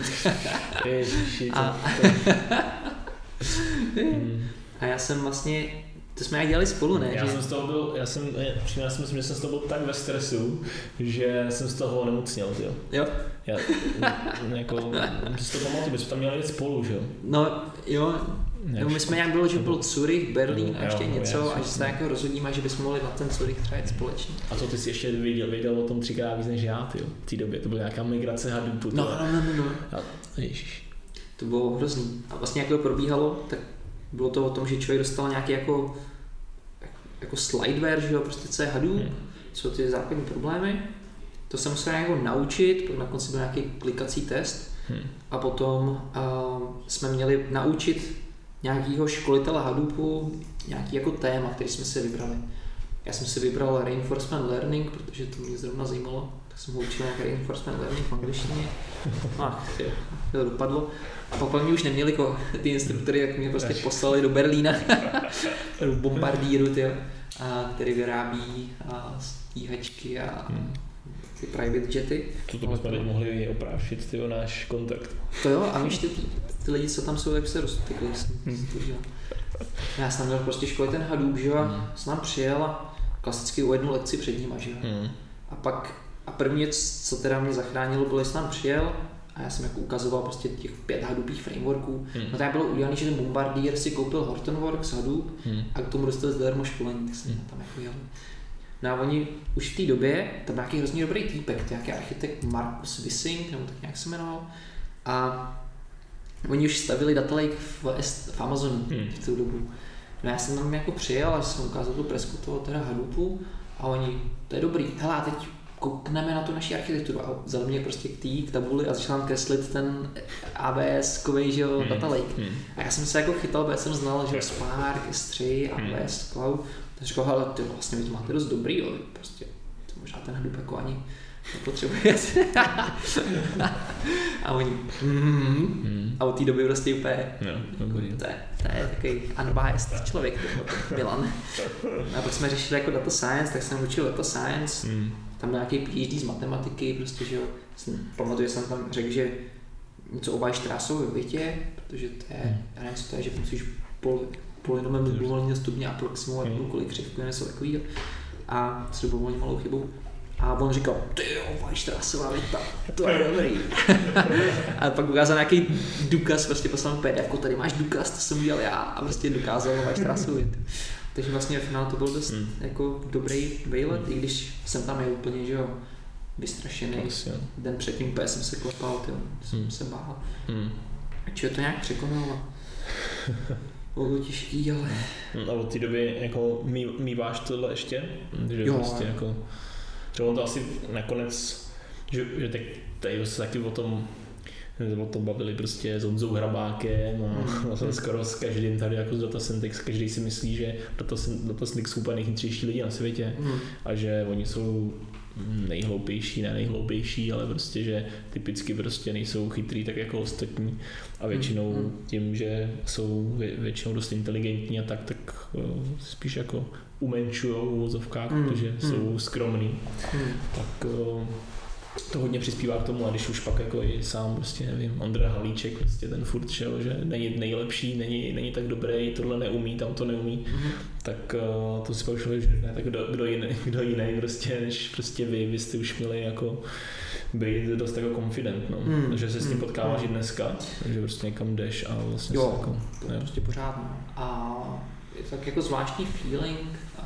A já jsem vlastně, to jsme jak dělali spolu, ne? Já jsem z toho byl, já si myslím, že jsem z toho byl tak ve stresu, že jsem z toho nemocněl, jo. Já jako, si to pamatuju, my jsme tam měli jít spolu, že jo? No, jo. No, my jsme nějak bylo, že byl Zurich, Berlín a ještě něco, až se tak jako rozhodíme, že bychom mohli na ten Zurich třeba jít společně. A co ty jsi ještě věděl o tom 3x víc než já, v té době, to byla nějaká migrace Hadoopu. No. Ježiš. To bylo hrozný. A vlastně jak to probíhalo, tak bylo to o tom, že člověk dostal nějaký jako slideware, že jo, prostě co je Hadoop, co ty základní problémy. To jsem musel jako naučit, pak na konci byl nějaký klikací test a potom jsme měli naučit nějakýho školitele Hadoopu, nějaký jako téma, který jsme si vybrali. Já jsem si vybral Reinforcement Learning, protože to mě zrovna zajímalo, tak jsem ho učil nějaký Reinforcement Learning v angličtině. To dopadlo. A pak mě už neměli ty instruktory, jak mě prostě poslali do Berlína, do Bombardieru, který vyrábí stíhačky a ty private jety. To bychom teď mohli oprášit, náš kontakt. To jo, a víš, ty lidi, co tam jsou, tak se roztykli. Já jsem měl prostě školit ten Hadoop, že jo, a jsem tam přijel a klasicky o jednu lekci před ním, že jo. A první věc, co teda mě zachránilo, bylo, že jsem tam přijel a já jsem jako ukazoval prostě těch 5 Hadoopích frameworků. No tak bylo udělané, že ten Bombardier si koupil Hortonworks Hadoop a k tomu dostal zdarma školení, tak jsem tam jako jel. No a oni už v té době, tam nějaký hrozně dobrý týpek, nějaký architekt Markus Wissing, nebo tak nějak se jmenoval. A oni už stavili data lake v Amazonu v tu dobu. No já jsem tam jako přijel a jsem ukázal tu presku toho teda Hadoopu a oni, to je dobrý, hele a teď koukneme na tu naši architekturu a vzali mě prostě k tabuli a začal tam kreslit ten AWS-kovej, že jo, data lake. A já jsem se jako chytal, protože jsem znal, že Spark, S3, AWS, Cloud. Tak říkal, hele, ty vlastně vy to máte dost dobrý, jo, prostě to možná ten Hadoop jako ani nepotřebuje. A oni, a od té doby prostě úplně, to je takový unbiased člověk, Milan. A pak jsme řešili jako data science, tak jsem učil data science, tam byl nějaký PhD z matematiky, prostě, že jo, pamatuju, že jsem tam řekl, že něco o Weierstrassově větě, protože to je, já nevím, co to je, že musíš polynomem libovolného stupně aproximovat jakoukoliv křivku, něco takového. A s libovolně malou chybou. A on říkal, tyjo, Weierstrassová věta, to je dobrý. A pak ukázal nějaký důkaz, prostě poslal PDF, tady máš důkaz, to jsem udělal já a prostě dokázal Weierstrassovu větu. Takže vlastně v finále to byl dost jako dobrý výlet, i když jsem tam je úplně, že jo, vystrašený. Den předtím úplně jsem se klepal, jsem se bál. Čiže to nějak překonalo. Bylo těžký, ale... A od té doby jako míváš tohle ještě? Že jo. Prostě jako... Třeba to asi nakonec, že teď tady se taky o tom bavili prostě s Honzou Hrabákem a skoro s každým tady jako z Datasyntex, každý si myslí, že Datasyntex jsou úplně nejchytřejší lidi na světě a že oni jsou nejhloupější, ale prostě, že typicky prostě nejsou chytrý tak jako ostatní a většinou tím, že jsou většinou dost inteligentní a tak spíš jako umenšujou v uvozovkách, protože jsou skromný. Tak to hodně přispívá k tomu, a když už pak jako i sám prostě nevím, Ondra Halíček, prostě ten furt šel, že není nejlepší, není tak dobrý, tohle neumí, tam to neumí, tak to si pak šel, že ne, tak kdo jiný prostě, než prostě vy jste už měli jako být dost jako confident, no. Takže se s tím potkáváš i dneska, takže prostě někam jdeš a vlastně jo, se jako... to je prostě pořád, no. A je to tak jako zvláštní feeling,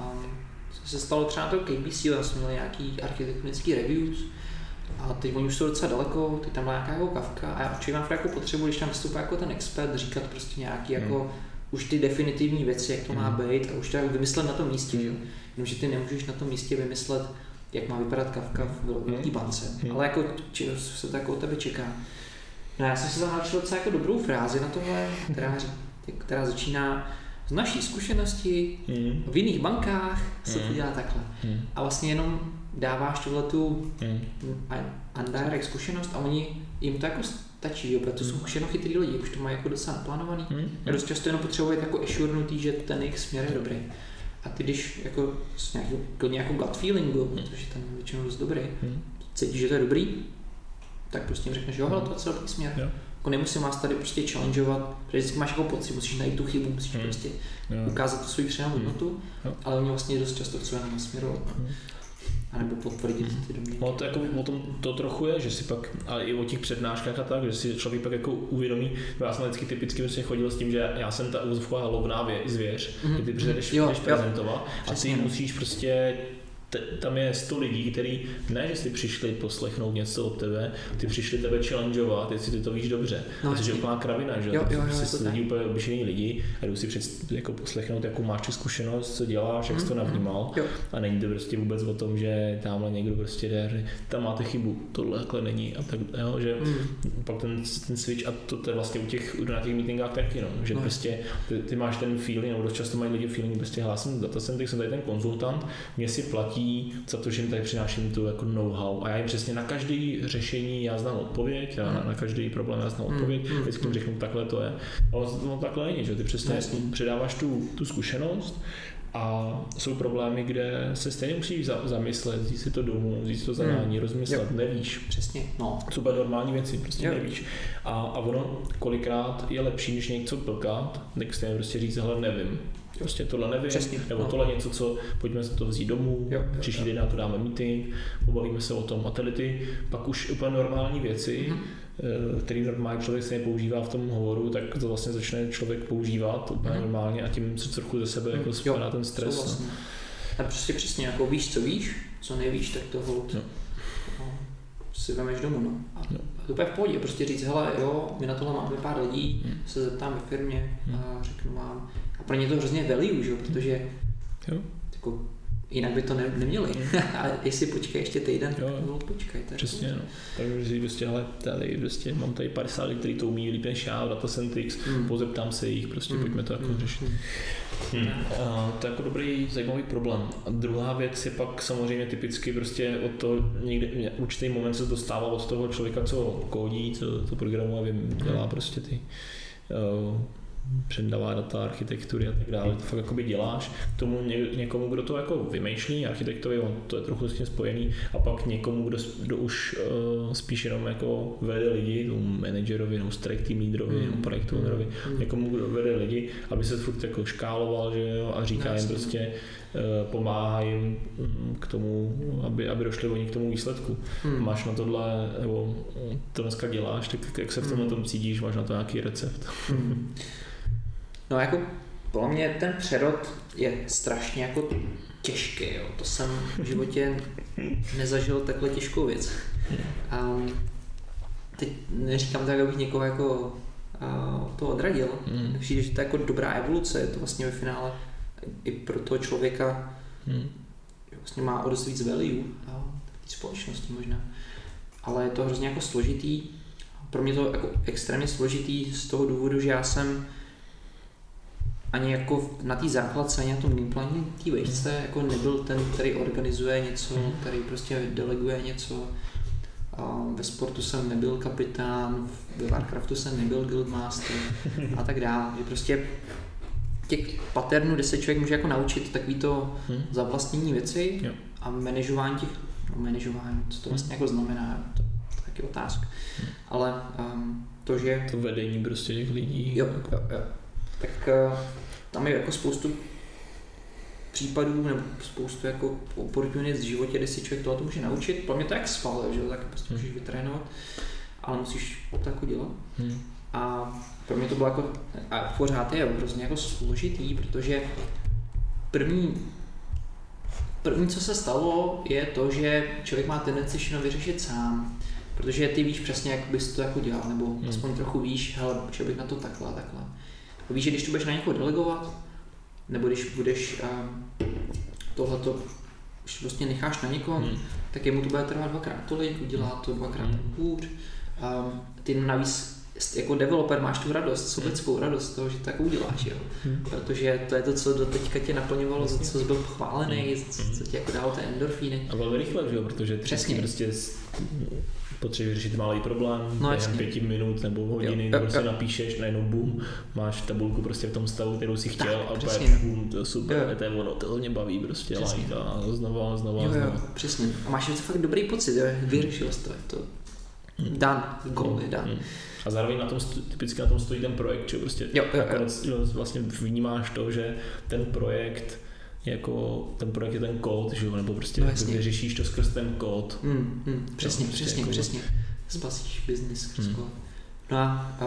se stalo třeba na to KBC, tam jsme měli nějaký architektonický reviews, a teď oni už jsou docela daleko, teď tam má nějaká jako Kafka a já určitě mám jako potřebu, když tam vystupuje jako ten expert, říkat prostě nějaký jako už ty definitivní věci, jak to má být a už to jako vymyslet na tom místě, že? Jenomže ty nemůžeš na tom místě vymyslet, jak má vypadat Kafka v velké bance, ale jako se to jako od tebe čeká. No já jsem si zaháčil docela jako dobrou frázi na tohle, která začíná z naší zkušenosti v jiných bankách se to dělá takhle. A vlastně jenom dáváš tuhletu indirect zkušenost a oni jim to jako stačí, jo, protože jsou všechno chytrý lidi, už to mají jako docela naplánovaný. A dost často jenom potřebuje jako assurenutý, že ten jejich směr je dobrý. A ty když jako s nějakou jako gut feelingu, protože ten je většinou dost dobrý, cítíš, že to je dobrý, tak prostě jim řekneš, jo, hele, to je celý směr. Jako nemusím vás tady prostě challengeovat, protože vždycky máš jako pocit, musíš najít tu chybu, musíš prostě ukázat tu svoji přidanou hodnotu, ale oni vlastně dost často chcou jenom nasměrovat. A nebo potvrdit ty domněnky. No to jako o tom to trochu je, že si pak, ale i o těch přednáškách a tak, že si člověk pak jako uvědomí, já jsem vždycky typicky prostě chodil s tím, že já jsem ta úzovková lovná zvěř, kdy ty jdeš prezentovat a ty musíš prostě tam je 100 lidí, kteří ne, že si přišli poslechnout něco od tebe, ty přišli tebe challengeovat, jestli ty to víš dobře. No, to je úplná kravina, že? Prostě lidi úplně obyčejní lidi a jdou si jako poslechnout, jakou máš tu zkušenost, co děláš, jak jsi to navnímal. A není to prostě vůbec o tom, že tamhle někdo prostě jde, tam máte chybu, tohle takhle není a tak, jo, že pak ten switch a to je vlastně na těch meetingách taky, no, že prostě ty máš ten feeling, nebo dost často mají lidi feeling, prostě hlásím data center, jsem tady ten konzultant, mě si platí za to, že jim tady přináším tu jako know-how a já jim přesně na každý řešení já znám odpověď a na každý problém já znám odpověď, vždycky jim řeknu, takhle to je. Ale takhle není, že ty přesně předáváš tu zkušenost a jsou problémy, kde se stejně musíš zamyslet, vzít si to domů, vzít si to zadání, rozmyslet, nevíš. Přesně, no. Super normální věci, prostě nevíš. A ono kolikrát je lepší, než něco plkat, tak stejně prostě říct, hele, nevím. Prostě tohle nevím, přesně, nebo tohle něco, co pojďme se to vzít domů, příští den na to dáme meeting, pobavíme se o tom a ty pak už úplně normální věci, který normální člověk se nepoužívá v tom hovoru, tak to vlastně začne člověk používat úplně normálně a tím se trochu ze sebe jako spadá ten stres. Vlastně. A prostě přesně, jako víš, co nevíš, tak to hold si vemeš domů, no. A to je v pohodě, prostě říct, hele, jo, my na tohle máme pár lidí, se zeptám ve firmě a řeknu vám. A pro ně to hrozně value, že? Protože jako, jinak by to neměli. A jestli počkej ještě týden, tak počkej. Přesně, no. Takže si prostě, hele, tady prostě mám tady 50 lidí, kteří to umí líp než já, Datacentrix, pozeptám se jich, prostě pojďme to jako řešit. To je jako dobrý, zajímavý problém. A druhá věc je pak samozřejmě typicky prostě od toho, někde určitý moment se dostává od toho člověka, co kódí, co programuje, dělá prostě ty předává data, architektury a tak dále, to fakt jakoby děláš tomu někomu, kdo to jako vymýšlí, architektovi, to je trochu s tím spojený, a pak někomu, kdo už spíš jenom jako vede lidi, tomu managerovi, nebo strike team leaderovi, nebo projektu ownerovi, někomu, kdo vede lidi, aby se furt jako škáloval, že jo, a říká jim prostě, pomáhá jim k tomu, aby došli oni k tomu výsledku. Máš na tohle, nebo to dneska děláš, tak jak se v tomhle tom cítíš, máš na to nějaký recept? No jako podle mě ten přerod je strašně jako těžký, jo. To jsem v životě nezažil takhle těžkou věc. Teď neříkám tak, abych někoho jako to odradil. Přijde, že to je jako dobrá evoluce, je to vlastně ve finále i pro toho člověka vlastně má o dost víc value v společnosti možná. Ale je to hrozně jako složitý. Pro mě to jako extrémně složitý z toho důvodu, že já jsem ani jako na té základce, ani na tom gameplanu té vejšce jako nebyl ten, který organizuje něco, který prostě deleguje něco. Ve sportu jsem nebyl kapitán, ve Warcraftu jsem nebyl guildmaster a tak dále. Prostě těch patternů, kde se člověk může jako naučit takový to zavlastnění věci a manažování co to vlastně jako znamená, to je taky otázka. Ale to, že... To vedení prostě těch lidí. Jo. Tak tam je jako spoustu případů nebo spoustu jako opportunit v životě, kde si člověk tohle může naučit. Pro mě to je jak sval, že jo, tak prostě můžeš vytrénovat, ale musíš to jako dělat. A pro mě to bylo jako, a pořád je hrozně jako složitý, protože první, co se stalo, je to, že člověk má tendenci všechno vyřešit sám, protože ty víš přesně, jak bys to jako dělal, nebo aspoň trochu víš, hele, že bych na to takhle. A víš, že když to budeš na někoho delegovat, nebo když budeš tohleto, když prostě necháš na někom, tak jemu to bude trvat dvakrát tolik, udělá to dvakrát hůř. Ty navíc jako developer máš tu radost, sobeckou radost z toho, že to tak uděláš, jo. Protože to je to, co do teďka tě naplňovalo, za co jsi byl pochválený, co tě jako dalo ty endorfíny. A velmi rychle, že jo, protože přesně prostě potřebuješ řešit malý problém, během 5 minut nebo hodiny, nebo si napíšeš, najednou boom, máš tabulku prostě v tom stavu, kterou si chtěl, a úplně boom, to je super, to je ono, to mě baví prostě, like, a znova. Přesně. A máš fakt dobrý pocit, jo, vyřešil jsi to. Goal je done. A zároveň typicky na tom stojí ten projekt, že prostě nakonec vlastně vnímáš to, že ten projekt je ten kód, že jo, nebo prostě vyřešíš to skrz ten kód. Přesně. Spasíš business skrz kód. No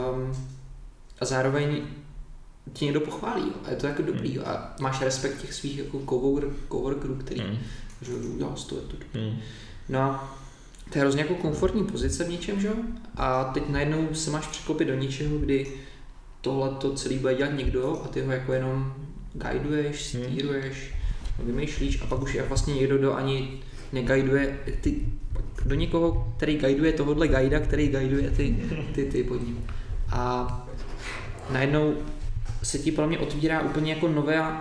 a zároveň ti někdo pochválí, jo, a je to jako dobrý, jo, a máš respekt těch svých jako coworkerů, který že udělal 100 to. No a to je hrozně jako komfortní pozice v něčem, že jo? A teď najednou se máš překlopit do něčeho, kdy tohle to celý bude dělat někdo a ty ho jako jenom guiduješ, stýruješ, vymýšlíš a pak už je vlastně někdo, kdo ani neguiduje, do někoho, který guiduje tohohle guida, který guiduje ty pod ním. A najednou se ti podle mě otvírá úplně jako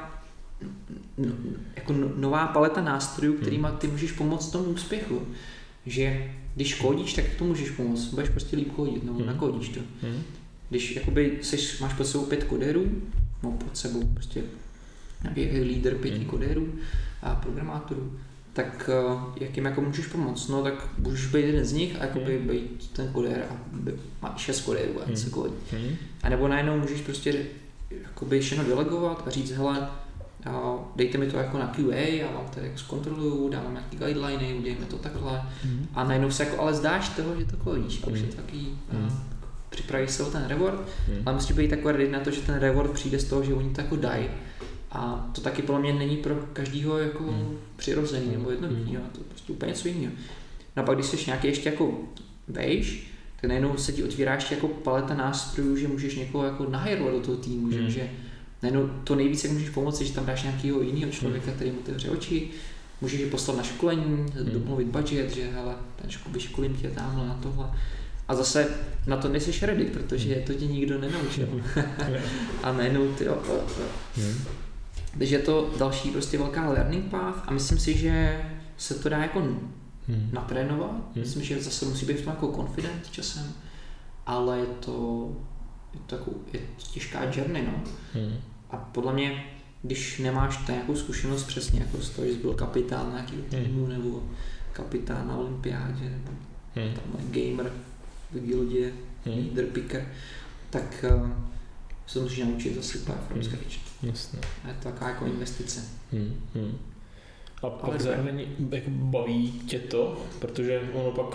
nová paleta nástrojů, kterýma ty můžeš pomoct tomu úspěchu. Že když kódíš, tak to můžeš pomoct, budeš prostě líp kódit, nebo nakódíš to. Když jakoby máš pod sebou 5 kodérů, no pod sebou prostě nějaký lídr 5 kodérů a programátorů, tak jak jim jako můžeš pomoct? No tak můžeš být jeden z nich a jakoby být ten kodér a máš 6 kodérů a se kódí. A nebo najednou můžeš prostě jakoby všechno delegovat a říct, hele, dejte mi to jako na QA, já vám to jako zkontroluju, dám nějaký guideliny, udělejme to takhle. A najednou se jako ale zdáš toho, že to kódíš a už je to takový, připravíš se o ten reward, ale musíš být takový ready na to, že ten reward přijde z toho, že oni to jako dají. A to taky podle mě není pro každýho jako přirozený nebo jednoduchý, to je prostě úplně něco jiného. No a pak když jsi nějaký ještě jako vejš, tak najednou se ti otvírá ještě jako paleta nástrojů, že můžeš někoho jako nahajrovat do toho týmu, že najednou to nejvíc, jak můžeš pomoct, je, že tam dáš nějakého jiného člověka, který mu otevře oči, můžeš je poslat na školení, domluvit budget, že hele, vyškolím tě tamhle na tohle. A zase na to nejsi ready, protože to ti nikdo nenaučil. A najednou ty Takže je to další prostě velká learning path a myslím si, že se to dá jako natrénovat. Myslím, že zase musí být v tom jako confident časem, ale je to těžká journey, no. A podle mě, když nemáš nějakou zkušenost přesně jako z toho, že jsi byl kapitán nějakého týmu nebo kapitán na olympiádě nebo tam gamer v guildě, leader picker, tak se musíš naučit zase from scratch. Jasně. Je to taková jako investice. A pak zároveň jako baví tě to, protože ono pak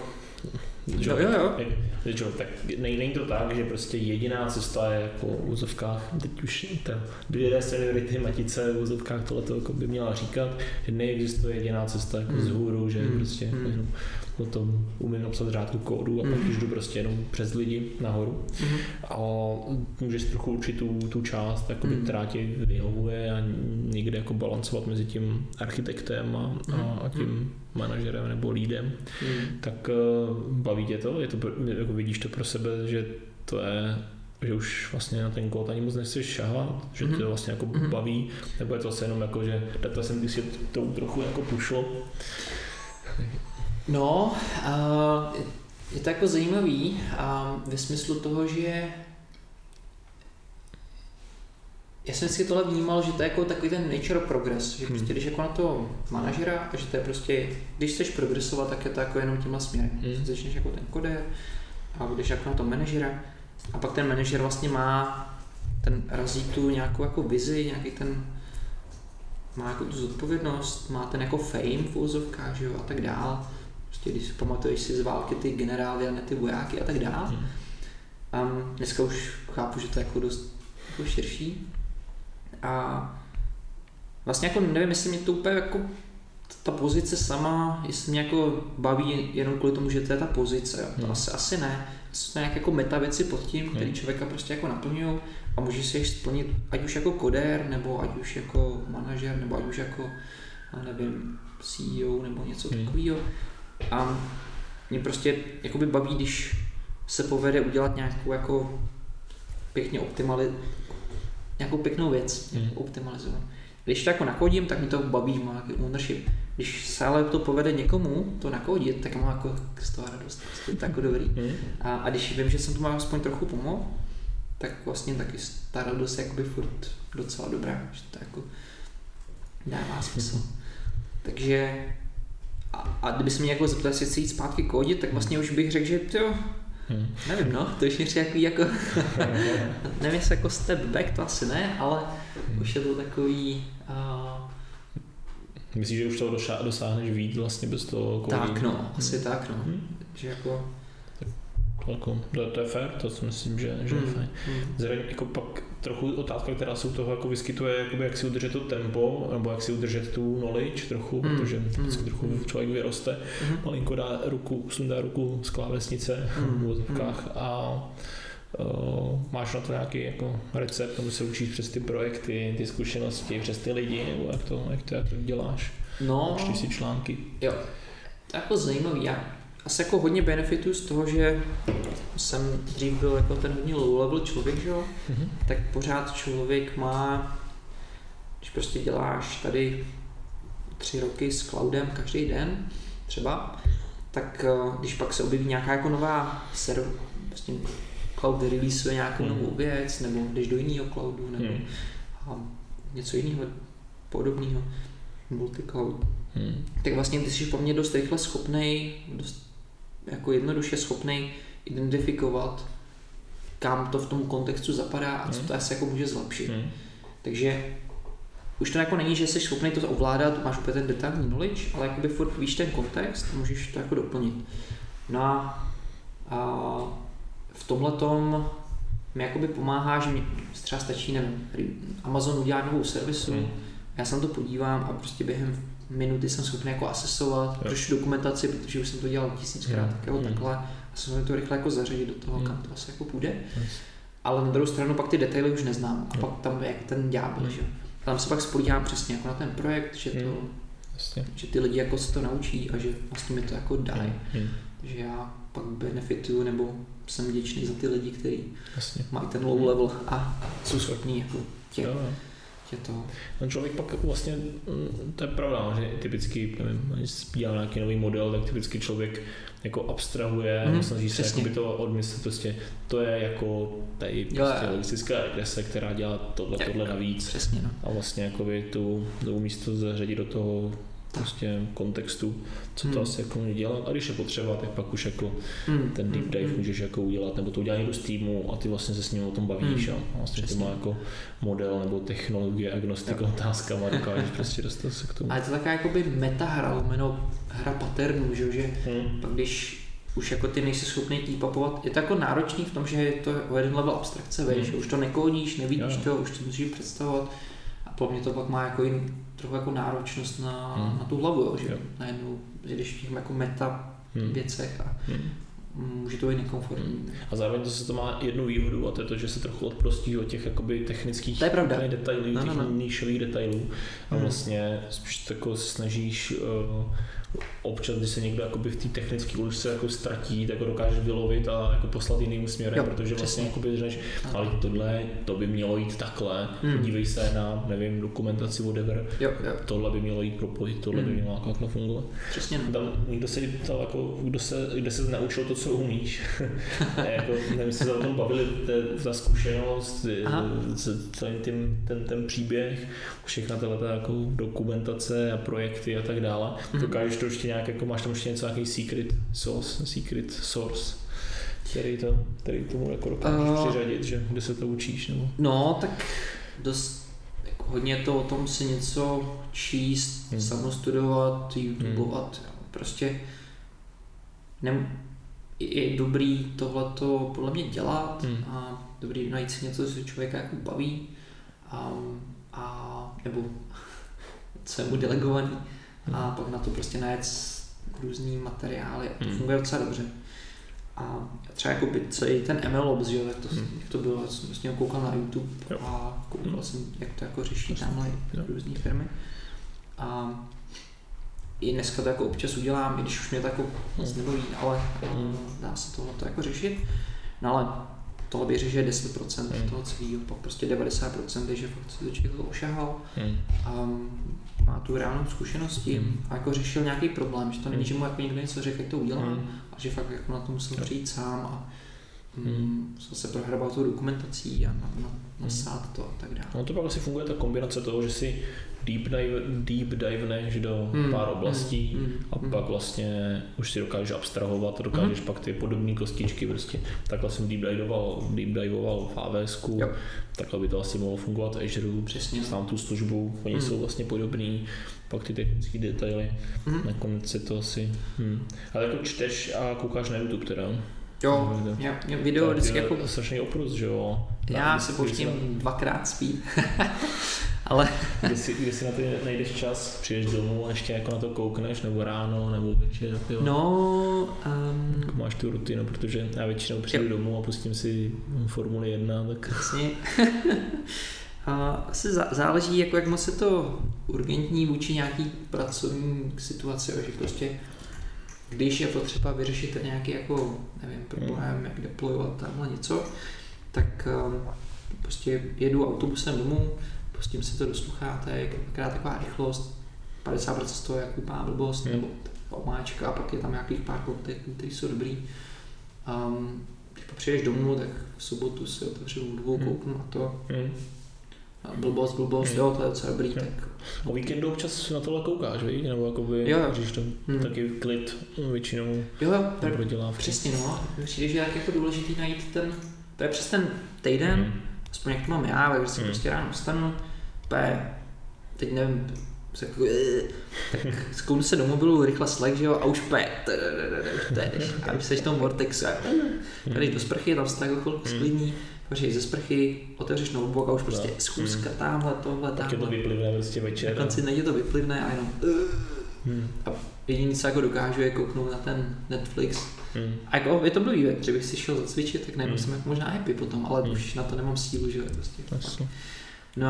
Jo. Tak není to tak, že prostě jediná cesta je jako v úzovkách, teď už ta 2D seniority matice v úzovkách tohleto jako by měla říkat, že neexistuje jediná cesta jako z hůru, že prostě jenom o tom umím napsat řádku kódu a pak když jdu prostě jenom přes lidi nahoru a můžeš trochu určit tu část, která ti vyhovuje a někde jako balancovat mezi tím architektem a tím manažerem nebo lídem, tak baví tě to? Jako vidíš to pro sebe, že to je, že už vlastně na ten kód ani moc nechceš šahat, že tě to vlastně jako baví, nebo je to asi jenom jako, že data jsem ty si to trochu jako pušlo? No, je to jako zajímavý ve smyslu toho, že já jsem si tohle vnímal, že to je jako takový ten nature progress, že prostě když jako na to manažera, že to je prostě, když chceš progresovat, tak je to jako jenom tímhle směrem. Začneš jako ten kodér a budeš jako na to manažera a pak ten manažer vlastně razí tu nějakou jako vizi, nějaký ten, má jako tu zodpovědnost, má ten jako fame v úzovkách, že jo, a tak dál. Prostě když si pamatuješ si z války ty generály a ne ty vojáky a tak dál. Dneska už chápu, že to je jako dost jako širší. A vlastně jako nevím, jestli mě to úplně jako ta pozice sama, jestli mě jako baví jenom kvůli tomu, že to je ta pozice. To asi ne. Jsou to nějaké jako meta věci pod tím, který člověka prostě jako naplňují a může si je splnit ať už jako kodér, nebo ať už jako manažer, nebo ať už jako, nevím, CEO nebo něco takového. A mě prostě jakoby baví, když se povede udělat nějakou jako pěkně nějakou pěknou věc, optimalizovat. Když to jako nakodím, tak mi to baví, má nějaký ownership. Když se ale to povede někomu to nakodit, tak mám jako z toho radost, prostě to jako dobrý. A když vím, že jsem tomu aspoň trochu pomohl, tak vlastně taky ta radost je jakoby furt docela dobrá, že to jako dává smysl. Takže a kdyby se mě jako zeptal, jestli chci jít zpátky kódit, tak vlastně už bych řekl, že nevím, no, to už je takový jako, nevím, jestli jako step back, to asi ne, ale už je to takový... Myslíš, že už toho dosáhneš víc vlastně bez toho kódingu? Tak no, asi tak no, že jako... To je fér, to si myslím, že je fajn. Zároveň jako pak trochu otázka, která se u toho jako vyskytuje, jakoby jak si udržet to tempo, nebo jak si udržet tu knowledge trochu, protože vždycky trochu člověk vyroste, malinko sundá ruku z klávesnice v vozovkách a máš na to nějaký jako recept, tomu se učíš přes ty projekty, ty zkušenosti, přes ty lidi, nebo jak to děláš? No, čteš si články? Jo, to je jako zajímavý. Já asi jako hodně benefituju z toho, že jsem dřív byl jako ten hodně low level člověk, že jo? Tak pořád člověk má, když prostě děláš tady 3 roky s cloudem každý den třeba, tak když pak se objeví nějaká jako nová server, vlastně cloud releaseuje nějakou novou věc, nebo jdeš do jiného cloudu, nebo něco jiného podobného, multicloud. Tak vlastně ty jsi po mně dost rychle schopnej, dost jako jednoduše schopnej identifikovat, kam to v tom kontextu zapadá a co to asi jako může zlepšit. Takže už to jako není, že jsi schopný to ovládat, máš úplně ten detailní knowledge, ale jakoby furt víš ten kontext a můžeš to jako doplnit. No a v tomhletom mi jakoby pomáhá, že mi třeba stačí, nevím, Amazon udělá novou servisu, já se na to podívám a prostě během minuty jsem schopný jako asesovat, prošlu dokumentaci, protože už jsem to dělal 1000krát, takhle a jsem to rychle jako zařadit do toho, kam to asi jako půjde. Ale na druhou stranu pak ty detaily už neznám a pak tam je ten ďábel, že? Tam se pak spolíhám přesně jako na ten projekt, že ty lidi jako se to naučí a že vlastně mi to jako dají. Takže já pak benefituju nebo jsem vděčný za ty lidi, kteří mají ten low level a jsou schopní jako tě to. Ten člověk pak vlastně, to je pravda, že typicky, nevím, když dělá nějaký nový model, tak typicky člověk jako abstrahuje, snaží se jakoby to odmyslet, prostě to je jako tady prostě logistická regrese, která dělá tohle navíc. Přesně, no. A vlastně jakoby tu místo zařadit do toho prostě kontextu, co to asi jako může dělat. A když je potřeba, tak pak už jako ten deep dive můžeš jako udělat, nebo to udělá někdo z týmu a ty vlastně se s ním o tom bavíš. A vlastně ty má jako model nebo technologie, agnostika, otázkama, dokážeš prostě dostat se k tomu. A je to taková jakoby metahra, lomeno hra patternů, že pak když už jako ty nejsi schopný keep-upovat, je to jako náročný v tom, že je to o jeden level abstrakce, že už to nekódíš, nevidíš to, už to musíš představovat. A po mně to pak má jako trochu jako náročnost na tu hlavu, že najednou jdeš v těch jako meta věcech a může to být nekomfortní. A zároveň to má jednu výhodu a to je to, že se trochu odprostí od těch jakoby technických detailů, těch nišových detailů a vlastně spíš tako se snažíš občas, když se někdo jakoby v té technické uličce jako ztratí, tak ho dokážeš vylovit a jako poslat jiným směrem, protože vlastně jakoby řekneš, ale to by mělo jít takhle, podívej se na, nevím, dokumentaci whatever, tohle by mělo jít propojit, tohle by mělo jako takhle fungovat. Přesně. Tam někdo se ptal, jako, kde se naučil to, co umíš. Jako, nevím, se o tom bavili, ta zkušenost, celý ten příběh, všechna tato jako dokumentace a projekty a tak dále. Dokážeš to ještě nějak, jako máš tam ještě něco, nějaký secret source, který tomu jako dokážeš přiřadit, že kde se to učíš, nebo? No, tak dost jako hodně to o tom si něco číst, samostudovat, YouTubeovat, prostě je dobrý tohleto podle mě dělat a dobrý najít si něco, co člověka jako baví a nebo co je mu delegovaný a pak na to prostě najet různý materiály a to funguje docela dobře. A třeba jako celý ten MLOps, že, jak to bylo, já jsem vlastně koukal na YouTube a koukal jsem, jak to jako řeší tamhle různý firmy. A i dneska to jako občas udělám, i když už mě to jako moc nebaví, ale dá se tohle jako řešit. No ale tohle bych řekl, že je 10% toho celého, pak prostě 90% je, že fakt si to člověk ošahal a má tu reálnou zkušenost a jako řešil nějaký problém, že to není, že mu jako někdo něco řekl, jak to udělám, a že fakt jako na to musel přijít sám a musel se prohrabat tou dokumentací a nasát to a tak dále. No to pak asi funguje ta kombinace toho, že si deep diveneš do pár oblastí a pak vlastně už si dokážeš abstrahovat, dokážeš pak ty podobné kostičky prostě. Takhle jsem deep diveoval v AWSku, takhle by to asi mohlo fungovat v Azure, znám tu službu, oni jsou vlastně podobný, pak ty technické detaily, nakonec se to asi... Ale jako čteš a koukáš na YouTube teda? Jo, mě video vždycky jako... strašný oprus, že jo? Já se pouštím 2x spít. Ale... Kdy si na to najdeš čas, přijdeš domů a ještě jako na to koukneš, nebo ráno, nebo večer, jo? No... Máš tu rutinu, protože já většinou přijdu domů a pustím si Formuli 1, tak... Jasně. Asi záleží, jako jak moc je to urgentní vůči nějaký pracovní situaci, že prostě když je potřeba vyřešit nějaký jako, nevím, problém, jak deployovat tamhle něco, tak prostě jedu autobusem domů, pustím si to do sluchátek, taková taková rychlost, 50% z toho je jako úplná blbost, nebo omáčka, a pak je tam nějakých pár kontaktů, které jsou dobrý. Když přijdeš domů, tak v sobotu si otevřu dvou, kouknu na to. Blbost, jo, to je docela dobrý, tak... O víkendu občas na tohle koukáš, víš? Nebo jakoby, když to taky klid většinou prodělávky. Přesně, no. Přijde, že je tak jako důležitý najít ten, to je přes ten týden, aspoň jak to mám já, když si prostě ráno vstanu, teď nevím, tak zkoumnu se do mobilu, rychle Slack, že jo, a už a už seš v tom vortexu, jdeš do sprchy, tam se tak chvilku sklidní, protože ze sprchy otevřeš notebook a už prostě schůzka, tamhle, tohle, tak je to vyplivne prostě večer. Na konci nejde to vyplivne a jenom a jediný, co jako dokážu, je kouknout na ten Netflix. A jako je to blbý, že bych si šel zacvičit, tak najednou jsem jako možná happy potom, ale už na to nemám sílu, že jo, prostě. No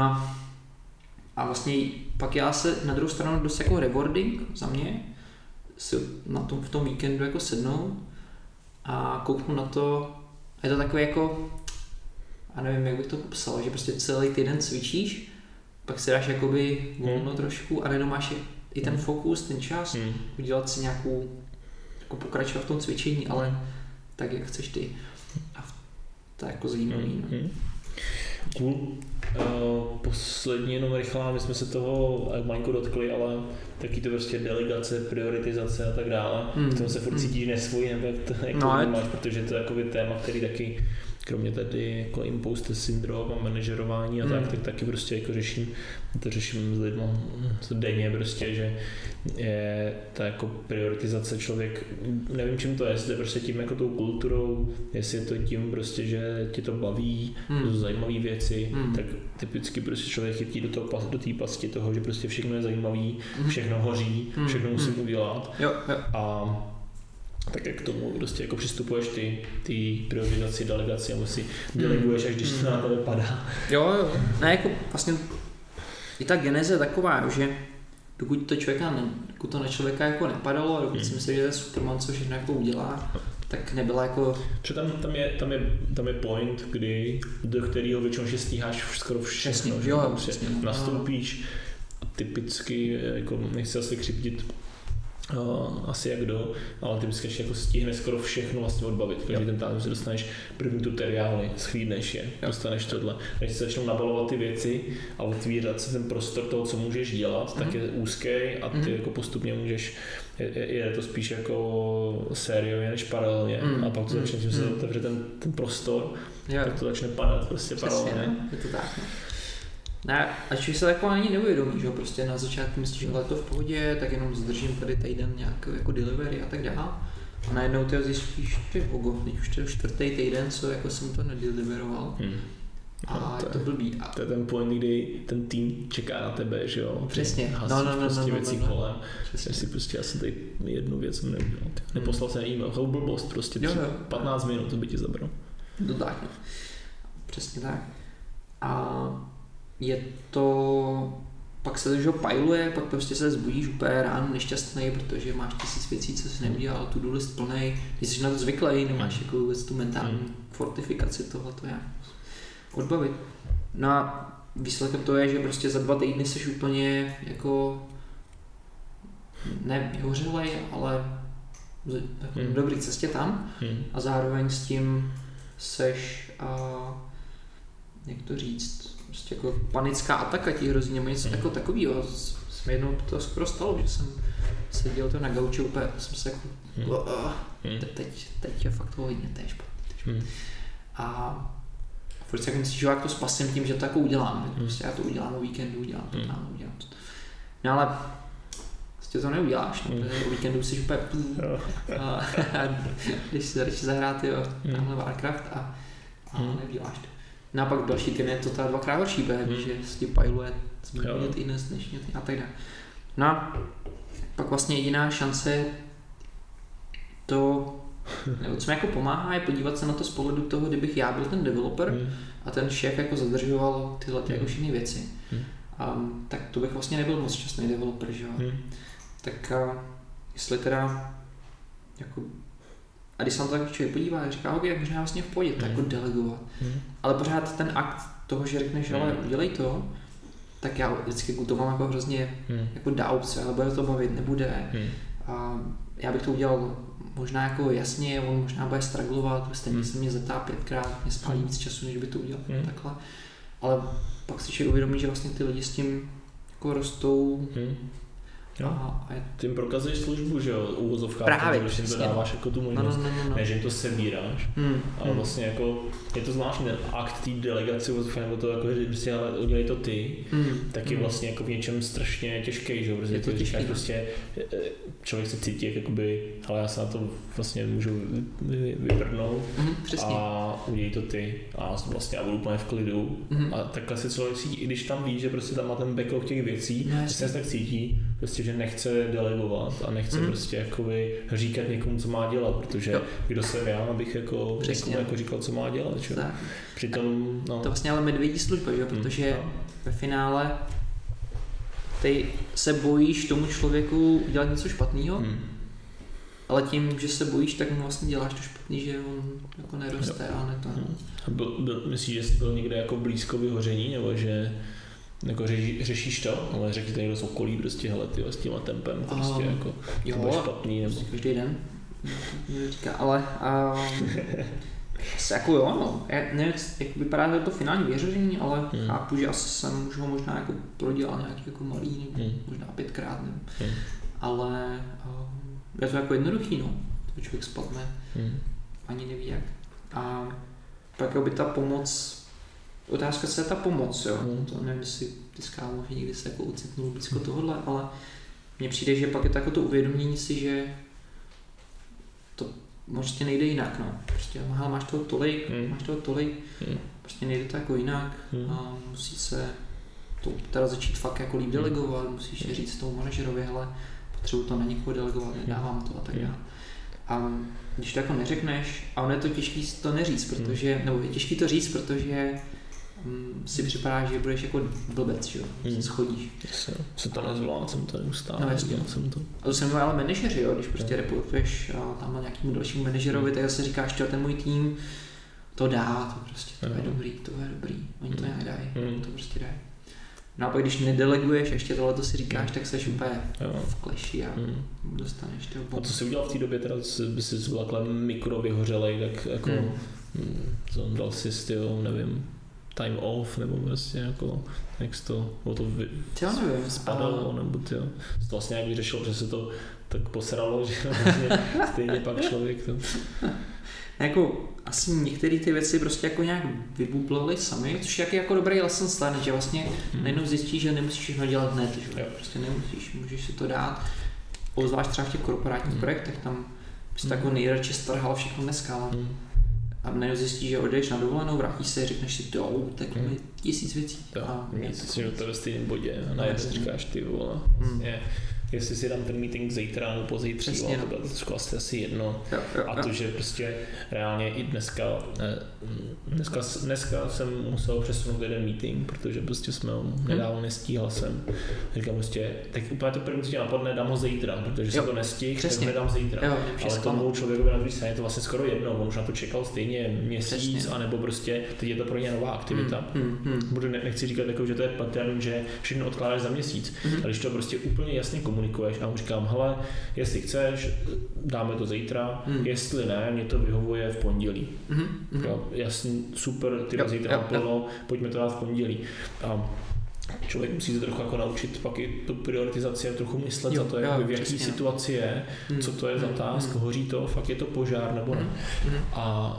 a vlastně pak já se na druhou stranu dost jako rewarding za mě si v tom víkendu jako sednou a kouknu na to, je to takové jako, a nevím, jak bych to popsal, že prostě celý týden cvičíš, pak si dáš jakoby volno trošku a najednou máš i ten fokus, ten čas, udělat si nějakou, jako pokračovat v tom cvičení, ale tak, jak chceš ty. A to je jako zajímavý. Cool. Poslední jenom rychlá, my jsme se toho malinko dotkli, ale taky to prostě delegace, prioritizace a tak dále. V tom se furt cítíš nesvůj, nebo jak to máš, protože to je jakoby téma, který taky kromě tady jako imposter syndrom a manažerování a tak taky prostě jako řeším s lidmi denně prostě, že je ta jako prioritizace člověk, nevím čím to je, jestli to je prostě tím jako tou kulturou, jestli je to tím prostě, že tě to baví, to zajímavé věci, tak typicky prostě člověk chytí do té pasti toho, že prostě všechno je zajímavý, všechno hoří, všechno musím udělat a tak jak k tomu prostě jako přistupuješ ty prioritizaci, delegaci a si deleguješ, až když to na tebe padá. Jo. Ne, jako vlastně i ta geneze je taková, že dokud to na člověka jako nepadalo a dokud si myslí, že to je Superman, co všechno jako udělá, tak nebyla jako... Protože tam je point, do kterého většinou že stíháš skoro všechno. Přesně. Nastoupíš a typicky, jako nechci asi křivdit, asi jak kdo, ale typicky jako stihne skoro všechno vlastně odbavit. Každý ten tým si dostaneš první tutoriály, schlídneš je, dostaneš tohle. Když se začnou nabalovat ty věci a otvírat se ten prostor toho, co můžeš dělat, tak je úzký a ty jako postupně můžeš, je to spíš jako sériově než paralelně a pak to začne, tím se otevře ten prostor, tak to začne padat prostě paralelně. Je to tak. Ne, ač se takové ani neuvědomí, že jo, prostě na začátku myslíš, že je to v pohodě, tak jenom zdržím tady týden nějakou jako delivery a tak dále. A najednou ty zjistíš, že teď už to je 4. týden, co jako jsem to nedeliveroval. A je to blbý. To je ten point, kdy ten tým čeká na tebe, že jo. Přesně. Prostě věcí kolem. Že prostě já jsem tady jednu věc neudělal. Neposlal jsem e-mail, blbost, prostě 15 minut to by ti zabral. To tak. Přesně tak. A je to, pak se to pajluje, pak prostě se zbudíš úplně ráno nešťastný, protože máš 1000 věcí, co jsi neudělal, to-do list plnej, když jsi na to zvyklý, nemáš jako vůbec tu mentální fortifikaci tohleto jak odbavit. No a výsledkem to je, že prostě za 2 týdny jsi úplně jako ne vyhořelej, ale v dobré cestě tam a zároveň s tím seš jak to říct, prostě jako panická ataka ti hrozí, nebo něco takového. Jsem jednou to skoro stalo, že jsem seděl to na gauči úplně, jsem se jako teď je fakt hodně, to je špatný. A prostě jako myslím, že jak to spasím tím, že to jako udělám. Prostě já to udělám o víkendu, udělám to. No ale prostě to neuděláš, no, o víkendu jsi úplně a když si začneš zahrát tamhle Warcraft a neuděláš to. No a pak další týden je to ta 2x horší, že se ti pajluje z minulého týdne, z dnešního týdne a tak dále. No a pak vlastně jediná šance to, nebo co mi jako pomáhá, je podívat se na to z pohledu toho, kdybych já byl ten developer a ten šéf jako zadržoval tyhle jako všechny věci. Tak to bych vlastně nebyl moc šťastný developer, že jo. Tak jestli teda jako, a když se na to tak člověk podívá, říká, ok, možná vlastně v pohodě, tak jako delegovat. Ale pořád ten akt toho, že řekneš, ale udělej to, tak já vždycky to mám jako hrozně jako doubt se, ale bude to bavit, nebude. A já bych to udělal možná jako jasně, on možná bude strugglovat, stejně se mě zeptá 5krát, mě spálí víc času, než by to udělal takhle. Ale pak si člověk uvědomí, že vlastně ty lidi s tím jako rostou. A tím prokazuješ službu, že jo, uvozovkách, právě, když jim to dáváš jako tu možnost, ne, že jim to sebíráš, ale vlastně jako je to zvláštní ten akt té delegace uvozovkách, nebo to jako, že prostě udělej to ty, tak je vlastně jako v něčem strašně těžký, že jo, protože to říkáš prostě, člověk se cítí jakoby, ale já se na to vlastně můžu vyprdnout a udělej to ty a vlastně já budu úplně v klidu a takhle se člověk cítí, i když tam ví, že prostě tam má ten backlog těch věcí, že se tak cítí, prostě, že nechce delegovat a nechce prostě jakoby říkat někomu, co má dělat, protože kdo jsem já, abych jako někomu jako říkal, co má dělat, čo? Přitom, no. To vlastně ale medvědí služba, že? Protože ve finále ty se bojíš tomu člověku dělat něco špatného, ale tím, že se bojíš, tak mu vlastně děláš to špatný, že on jako neroste a ne to. Myslíš, že jsi byl někde jako blízko vyhoření, nebo že jako řešíš to, ale řekněte někdo z okolí prostě, hele tyjo, s tímhle tempem, prostě jako to bylo špatný, nebo... Prostě každý den, říká, ale jako jo, no, já nevím, jak vypadá to finální vyhoření, ale chápu, že asi jsem už ho možná jako prodělal nějaký jako malý, nebo možná 5krát, ale je to jako jednoduchý, no, to člověk spadne, ani neví jak. A pak by ta pomoc, otázka se je ta pomoc, jo. To nevím, jestli ty skálo, že někdy se jako ocitnul blízko tohohle, ale mně přijde, že pak je to jako to uvědomění si, že to prostě nejde jinak, no. Prostě máš toho tolik, prostě nejde to jako jinak a musí se to teda začít fakt jako líp delegovat, musíš říct tomu manažerovi, hele, potřebuji to na někoho delegovat, nedávám to a tak dále. A když to jako neřekneš, a ono je to těžký to neříct, protože, nebo je těžký to říct, protože si připadá, že budeš jako blbec, že jo, schodíš. Se to nezvolá, jsem to neustále. No jasně. A to se mluví ale manažeři, jo, když prostě reportuješ tam nějakému dalšímu manažerovi, tak zase říkáš, že ten můj tým to dá, to prostě, to je dobrý, oni to nějak dají, oni to prostě dají. No a pak když nedeleguješ, ještě tohle si říkáš, tak seš úplně v kleši a dostaneš toho bombu. A co jsi udělal v té době, teda by si byl takhle mikro vyhořelej, tak jako dal si styl, nevím, time off, nebo prostě jako, jak jsi to spadalo, nebo ty to vlastně nějak vyřešil, protože se to tak posralo, že vlastně stejně pak člověk to... Jako asi některé ty věci prostě jako nějak vybublaly sami, což je jako dobrý lesson start, že vlastně najednou zjistíš, že nemusíš všechno dělat hned, že prostě nemusíš, můžeš si to dát, zvlášť třeba v těch korporátních projektech, tam bys to jako nejradši strhal všechno dneska, ale a najednou zjistíš, že odejdeš na dovolenou, vrátíš se, řekneš si, tak mi 1000 věcí. Jsi to ve stejném bodě a najednou říkáš, ty vole, jestli si dám ten meeting zítra nebo pozítří, to bylo trošku asi jedno. A to, že prostě reálně i dneska jsem musel přesunout jeden meeting, protože prostě jsme ho nedávno nestíhal jsem. Říkám prostě, tak úplně to první, co tě napadne, dám ho zítra, protože jsem to nestihl, tak ho nedám zítra. Ale tomu člověku na druhé straně je to vlastně skoro jedno, on už na to čekal stejně měsíc, anebo prostě teď je to pro ně nová aktivita. Nechci říkat jako, že to je pattern, že všechno odkládáš za měsíc, ale když to prostě úplně jasně komunikuješ a mu říkám, hele, jestli chceš, dáme to zítra, jestli ne, mě to vyhovuje v pondělí. Jasný, super, ty zítra naplno, pojďme to dát v pondělí. A člověk musí se trochu jako naučit pak i tu prioritizaci a trochu myslet za to, v jaký situaci je, co to je za task, hoří to, fakt je to požár nebo ne. A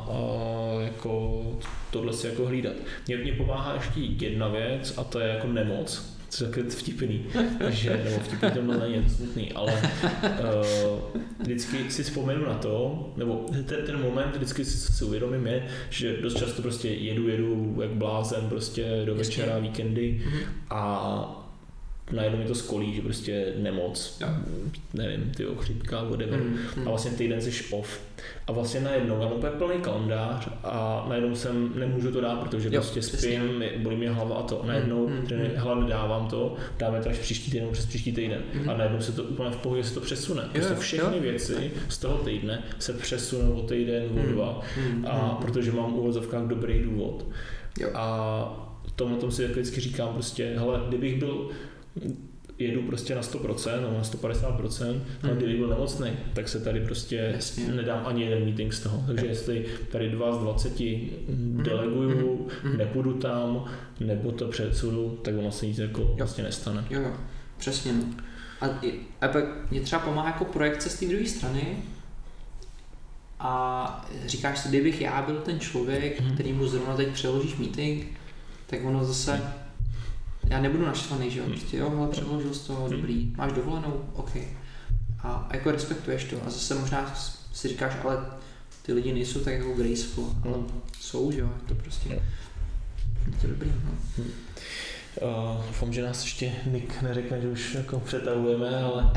jako tohle si jako hlídat. Mně pomáhá ještě jedna věc a to je jako nemoc. což je takový vtipný, že, nebo vtipný to není, je to smutný, ale vždycky si vzpomenu na to, nebo ten moment vždycky si uvědomím je, že dost často prostě jedu jak blázen prostě do večera, víkendy a najednou mi to skolí, že prostě nemoc, nevím, chřipka, whatever. A vlastně týden jsi off. A vlastně najednou mám úplně plný kalendář a najednou nemůžu to dát, protože prostě spím, bolí mě hlava a to. A najednou hele, nedávám to, dáme to až příští týden, přes příští týden. A najednou se to úplně v pohodě se to přesune. Prostě všechny věci z toho týdne se přesunou o týden, o dva. A protože mám v uvozovkách dobrý důvod. A tom si vždycky říkám prostě, hele, kdybych byl jedu prostě na 100% nebo na 150%, ale kdyby byl nemocný, tak se tady prostě nedám ani jeden meeting z toho. Takže jestli tady 2 z 20 deleguju, nepůjdu tam, nebo to předsudu, tak ono se nic jako vlastně nestane. Jo, přesně. No. A pak mě třeba pomáhá jako projekce z té druhé strany a říkáš si, kdybych já byl ten člověk, který mu zrovna teď přeložíš meeting, tak ono zase já nebudu naštvaný, že jo, prostě hele, předložil jsi to, dobrý, máš dovolenou, OK. A jako respektuješ to a zase možná si říkáš, ale ty lidi nejsou tak jako graceful, ale jsou, že jo, to prostě, je to dobrý, no. Doufám, že nás ještě Nick neřekne, že už jako přetahujeme, ale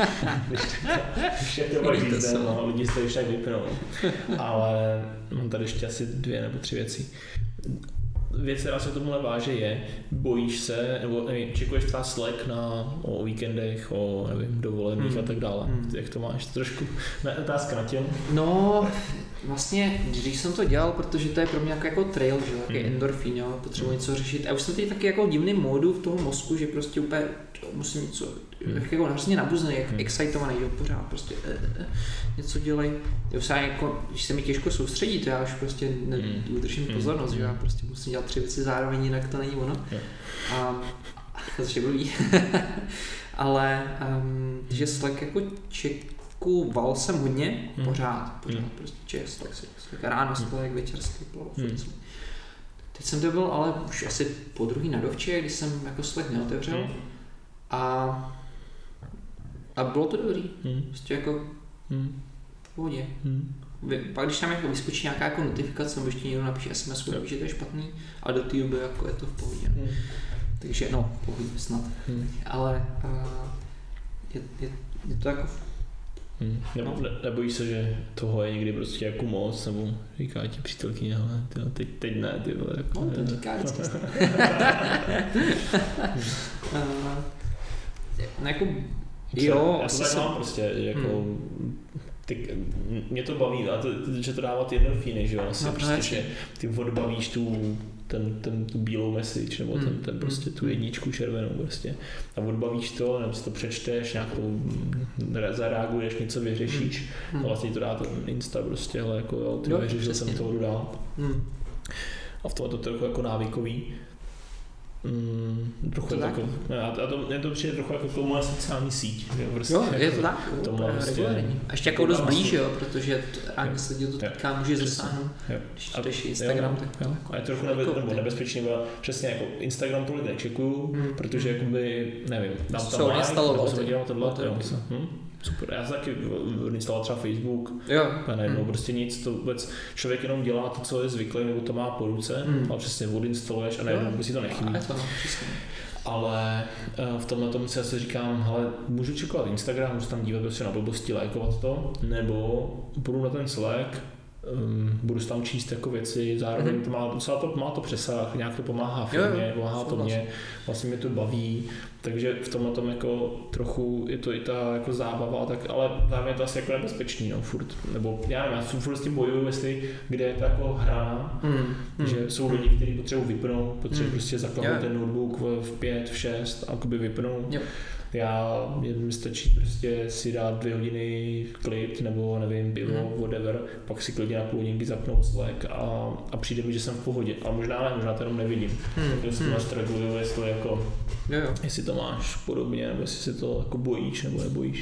když to mají zde, no, lidi se už tak vypnou. Ale mám tady ještě asi 2 nebo 3 věci. Věc, která se tomuhle váže je, bojíš se, nebo nevím, čekuješ třeba Slack o víkendech, o nevím, dovolených a tak dále. Jak to máš? Trošku otázka na těm? No, vlastně, když jsem to dělal, protože to je pro mě jako trail, že jo, jaký endorfín, jo, potřebuji něco řešit. A už jsem teď taky jako divný módu v toho mozku, že prostě úplně musím něco, jako hrozně nabuzený, jak excitovaný, jo, pořád prostě něco dělej. Jako, když se mi těžko soustředí, to já už prostě udržím pozornost, že já prostě musím dělat 3 věci zároveň, jinak to není ono. A to je blbý. Ale že Slack jako čekuval jsem hodně, pořád prostě Slack, ráno Slack, večer Slack, teď jsem to byl ale už asi po druhý na dovče, když jsem jako Slack neotevřel a bylo to dobrý, prostě jako v pohodě. Pak když tam jako vyskočí nějaká jako notifikace, nebo ještě někdo napíše SMS, že to je špatný, ale do té doby jako je to v pohodě. Takže no, v pohodě snad. Ale je to jako Nebojíš se, že toho je někdy prostě jako moc, nebo říká ti přítelkyně, ale teď ne, ty vole. Jako, no, to říká vždycky. Jako, jo, já to tak mám prostě, jako, mě to baví, že to dává ty endorfíny, že jo, asi no, prostě, že ty odbavíš tu bílou message, nebo ten prostě tu jedničku červenou prostě. A odbavíš to, nebo si to přečteš, nějak to zareaguješ, něco vyřešíš a vlastně to dá to Insta prostě, ale jako jo, ty vyřešil jsem to dál. A v tom je to trochu jako návykový. Trochu je to mě to přijde trochu jako moje sociální síť. Prostě, jo, je to tak, regulární. A ještě jako dost blíž, jo, protože rádi se to týká, může zasáhnout. Když čteš Instagram, tak jo. A je trochu nebezpečný, bo přesně jako Instagram tohle nečekuju, protože jakoby, nevím, dám tam like, nebo jsem dělal tohle, super, já jsem taky odinstaloval třeba Facebook a najednou prostě nic, to vůbec člověk jenom dělá to, co je zvyklý, nebo to má po ruce, ale přesně odinstaluješ a najednou si to nechybí. Ale v tomhle tomu si asi říkám, hele, můžu čekovat Instagram, můžu tam dívat prostě na blbosti, lajkovat to, nebo půjdu na ten Slack, budu tam číst jako věci, zároveň to má to přesah, nějak to pomáhá firmě, pomáhá to mě, vlastně mě to baví, takže v tomhle tom jako trochu je to i ta jako zábava, tak, ale zároveň je to asi jako nebezpečný, no, furt, nebo já nevím, já furt s tím bojuju, jestli kde je to jako hrana, že jsou lidi, kteří potřebují vypnout, potřebují prostě zakládat ten notebook v 5, v 6 a jakoby vypnout. Mi stačí prostě si dát 2 hodiny klid nebo nevím, pivo, whatever, pak si klidně na půl hodinky zapnout Slack a přijde mi, že jsem v pohodě. A možná to jenom nevidím. Takže si to struggluju, jestli to máš podobně, nebo jestli se to jako bojíš nebo nebojíš.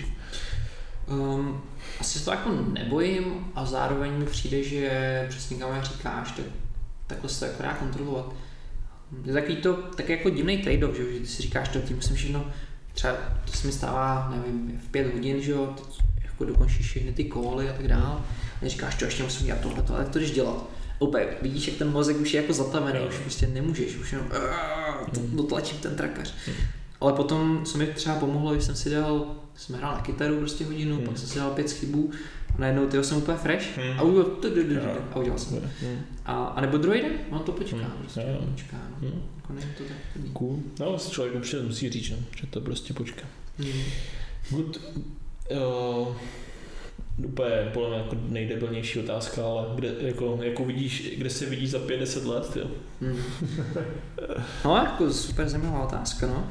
Asi to jako nebojím a zároveň mi přijde, že přesně kam říkáš, takhle se to jako dá kontrolovat. je takový to tak jako divný trade-off, že ty si říkáš to, tím musím všechno, třeba to se mi stává, nevím, v 5 hodin, že jo, teď jako dokončíš všechny ty koly a tak dál. A říkáš, to ještě musím dělat tohleto, ale jak to jdeš dělat? Opět, vidíš, jak ten mozek už je jako zatavený, už prostě nemůžeš, už jenom dotlačím ten trakař. Ale potom, co mi třeba pomohlo, když jsem hrál na kytaru prostě hodinu, pak jsem si dal 5 chybů a najednou tyho jsem úplně fresh a udělal jsem. A nebo druhý den, on to počká, prostě počká, no. Jako nevím to tak. Cool. No, člověk určitě musí říct, že to prostě počká. Good. Úplně podle mě jako nejdebilnější otázka, ale jako vidíš, kde se vidíš za 5-10 let, tyjo? No, jako super zajímavá otázka, no.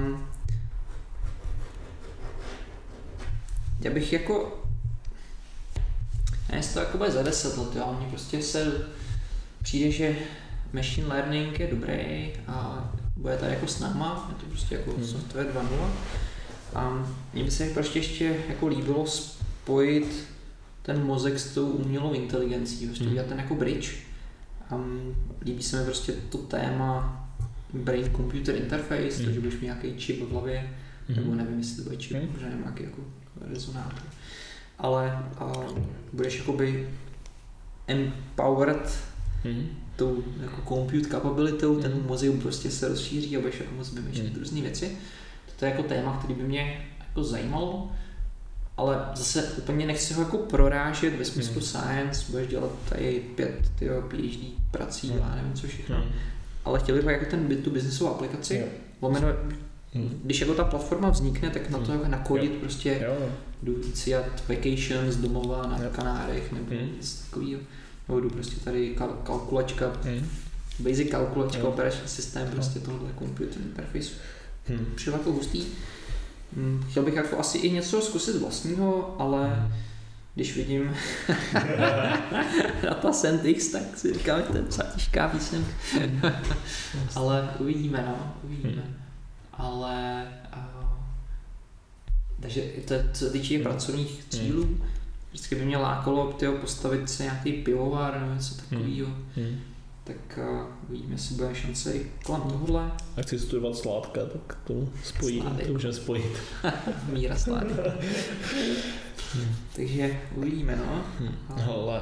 Já bych jako, to jako bude za 10 let, jo, mně prostě přijde, že machine learning je dobrý a bude tady jako s náma, je to prostě jako software 2.0. A mně by se prostě ještě jako líbilo spojit ten mozek s tou umělou inteligencí, prostě udělat ten jako bridge. Líbí se mi prostě to téma brain-computer interface, takže budeš mít nějaký čip v hlavě, nebo nevím, jestli to bude čip, možná nějaký jako rezonátor. Ale budeš jakoby empowered tou jako compute capabilitou, ten mozek prostě se rozšíří a budeš jako moc vymýšlet různé věci. To je jako téma, který by mě jako zajímalo, ale zase úplně nechci ho jako prorážet ve smyslu science, budeš dělat tady 5 PhD prací a nevím co všechno, ale chtěl bych jako ten tu businessovou aplikaci, když jako ta platforma vznikne, tak na to jako nakodit prostě jdu si dělat vacation z domova na Kanárech nebo něco takového, nebo jdu prostě tady kalkulačka, basic kalkulačka, operační systém prostě tohle computer interface. Přijde jako hustý. Chtěl bych jako asi i něco zkusit vlastního, ale když vidím Data Scientix, tak si říkám, že to je docela těžká písem. Ale uvidíme, no, uvidíme. Ale takže to, co týče pracovních cílů, vždycky by mě lákalo postavit se nějaký pivovar nebo něco takového. Tak uvidíme, jestli bude šance i kolem tohohle. A chci studovat sládka, tak to spojí, to můžeme spojit. Míra sládka. Takže uvidíme, no. Hele,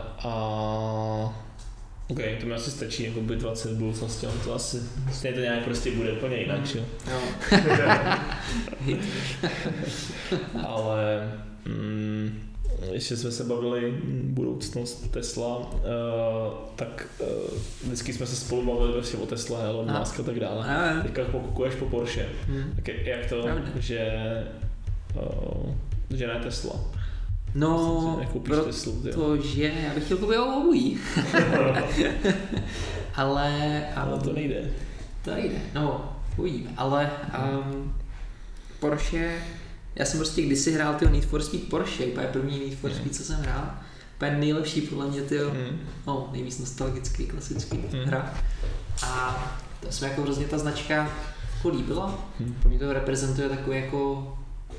OK, to mi asi stačí jako být 20 v budoucnosti, to asi to nějak prostě bude úplně jinak, že jo? Ale ještě jsme se bavili budoucnost Tesla, tak vždycky jsme se spolu bavili vlastně o Tesla, Elon Musk a tak dále. Teďka pokukuješ po Porsche, tak jak to, že ne Tesla? No, protože já bych chtěl koupit obojí. ale to nejde. To nejde, no, uvidíme, ale Porsche, já jsem prostě kdysi hrál Need for Speed Porsche, úplně první Need for Speed, co jsem hrál, úplně nejlepší podle mě, nejvíc nostalgický, klasický hra. A to se mi jako hrozně ta značka jako líbila, pro mě to reprezentuje takový jako,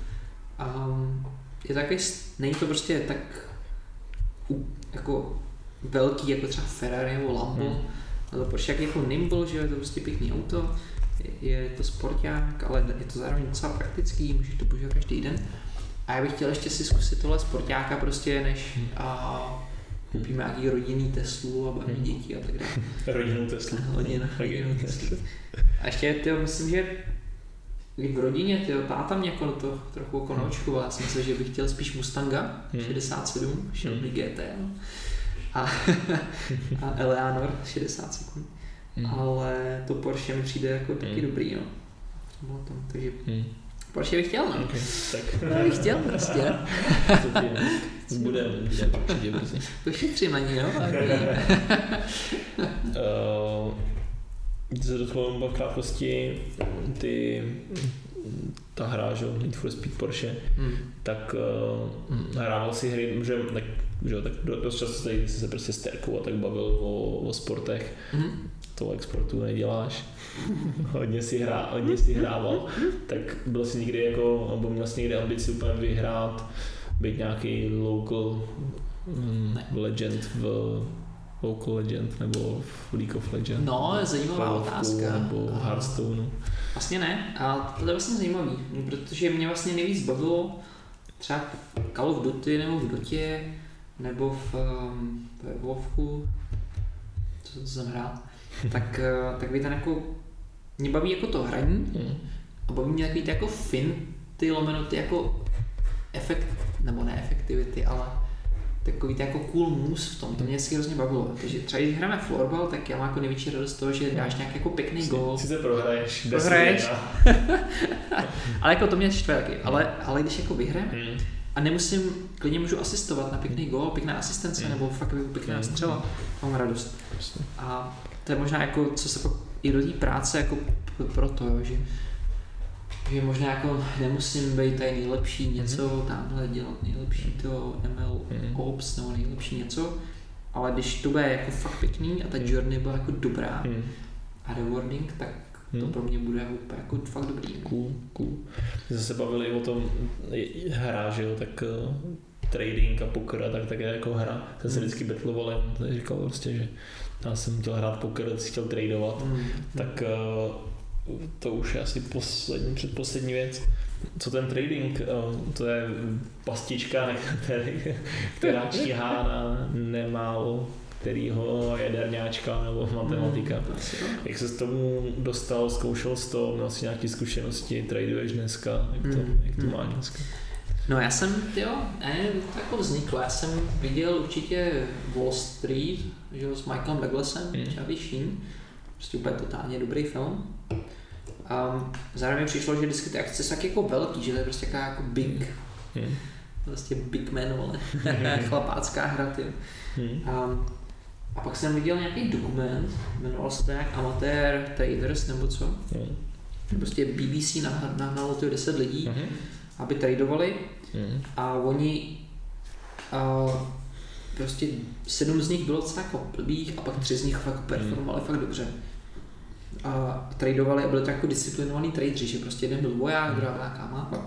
je takový, není to prostě tak jako velký jako třeba Ferrari nebo Lambo, ale to Porsche jako nimble, že je to prostě pěkný auto, je to sporták, ale je to zároveň docela praktický, můžeš to používat každý den. A já bych chtěl ještě si zkusit tohle sportáka prostě, než koupíme nějaký rodinný Teslu a budeme děti a tak dále. Rodinnou Teslu. Rodinnou Teslu. A ještě myslím, že v rodině, táta mě jako to trochu jako naočkoval, já jsem myslel, že bych chtěl spíš Mustanga 67, Shelby GT a Eleanor 60 sekund. Ale to Porsche mi přijde jako taky dobrý, no. Takže Porsche bych chtěl, no. Okay, tak. No, bych chtěl prostě. Budeme určitě brzy. Pošetřím na ní, no. Když se dotklo v krátkosti ta hra, že Need for Speed Porsche, tak hrával si hry, tak dost často jsi se prostě s Terkou a tak bavil o sportech. Tolik sportu neděláš, hodně si hrával, tak byl jsi někdy jako, nebo měl jsi někdy ambici úplně vyhrát, být nějaký local legend v Local Legend nebo v League of Legends? No, zajímavá otázka. Nebo Hearthstone? Vlastně ne, a to je vlastně zajímavý, protože mě vlastně nejvíc bavilo třeba Call of Duty nebo v Dotě, nebo v WoWku, co jsem hrál, tak by ten jako, mě baví jako to hraní a baví mě takový ty jako finty, lomeno ty jako efekt, nebo ne efektivity, ale takový ty jako cool moves v tom, to mě vždycky hrozně bavilo. Takže třeba když hrajeme florbal, tak já mám jako největší radost z toho, že dáš nějaký jako pěkný gól. Sice prohraješ. Ale jako to mě štve taky, ale když jako vyhrajeme a nemusím, klidně můžu asistovat na pěkný gól, pěkná asistence nebo fakt pěkná střela, mám radost. A to je možná jako, co se i do té práce jako proto, že možná jako nemusím být tady nejlepší něco, tamhle dělat nejlepší to ML Ops nebo nejlepší něco, ale když to bude jako fakt pěkný a ta journey byla jako dobrá a rewarding, tak to pro mě bude jako fakt dobrý. Cool. Když jsme se bavili o tom hra, že jo, tak trading a poker a tak je jako hra. Jsem se vždycky battloval, jen říkal prostě, že já jsem chtěl hrát poker, chtěl tradovat, tak to už je asi předposlední věc. Co ten trading, to je pastička, která číhá na nemálo kterýho jaderňáčka nebo matematika. Jak se s tomu dostal, zkoušel jsi to, měl jsi nějaké zkušenosti, traduješ dneska, jak to máš dneska? No já jsem, to jako vzniklo, já jsem viděl určitě Wall Street, že s Michaelem Douglasem, Charlie Sheen, prostě úplně totálně dobrý film. Zároveň mi přišlo, že vždycky ty akce jsou tak jako velký, že to je prostě jako big, prostě big man, vole, chlapácká hra, ty. A pak jsem viděl nějaký dokument, jmenoval se to nějak Amateur Traders nebo co. Prostě BBC nahnalo 10 lidí, aby tradovali a oni prostě 7 z nich bylo docela jako blbých a pak 3 z nich fakt performovali fakt dobře. A tradovali a byli to jako disciplinovaný tradeři, že prostě jeden byl voják, druhá byla káma.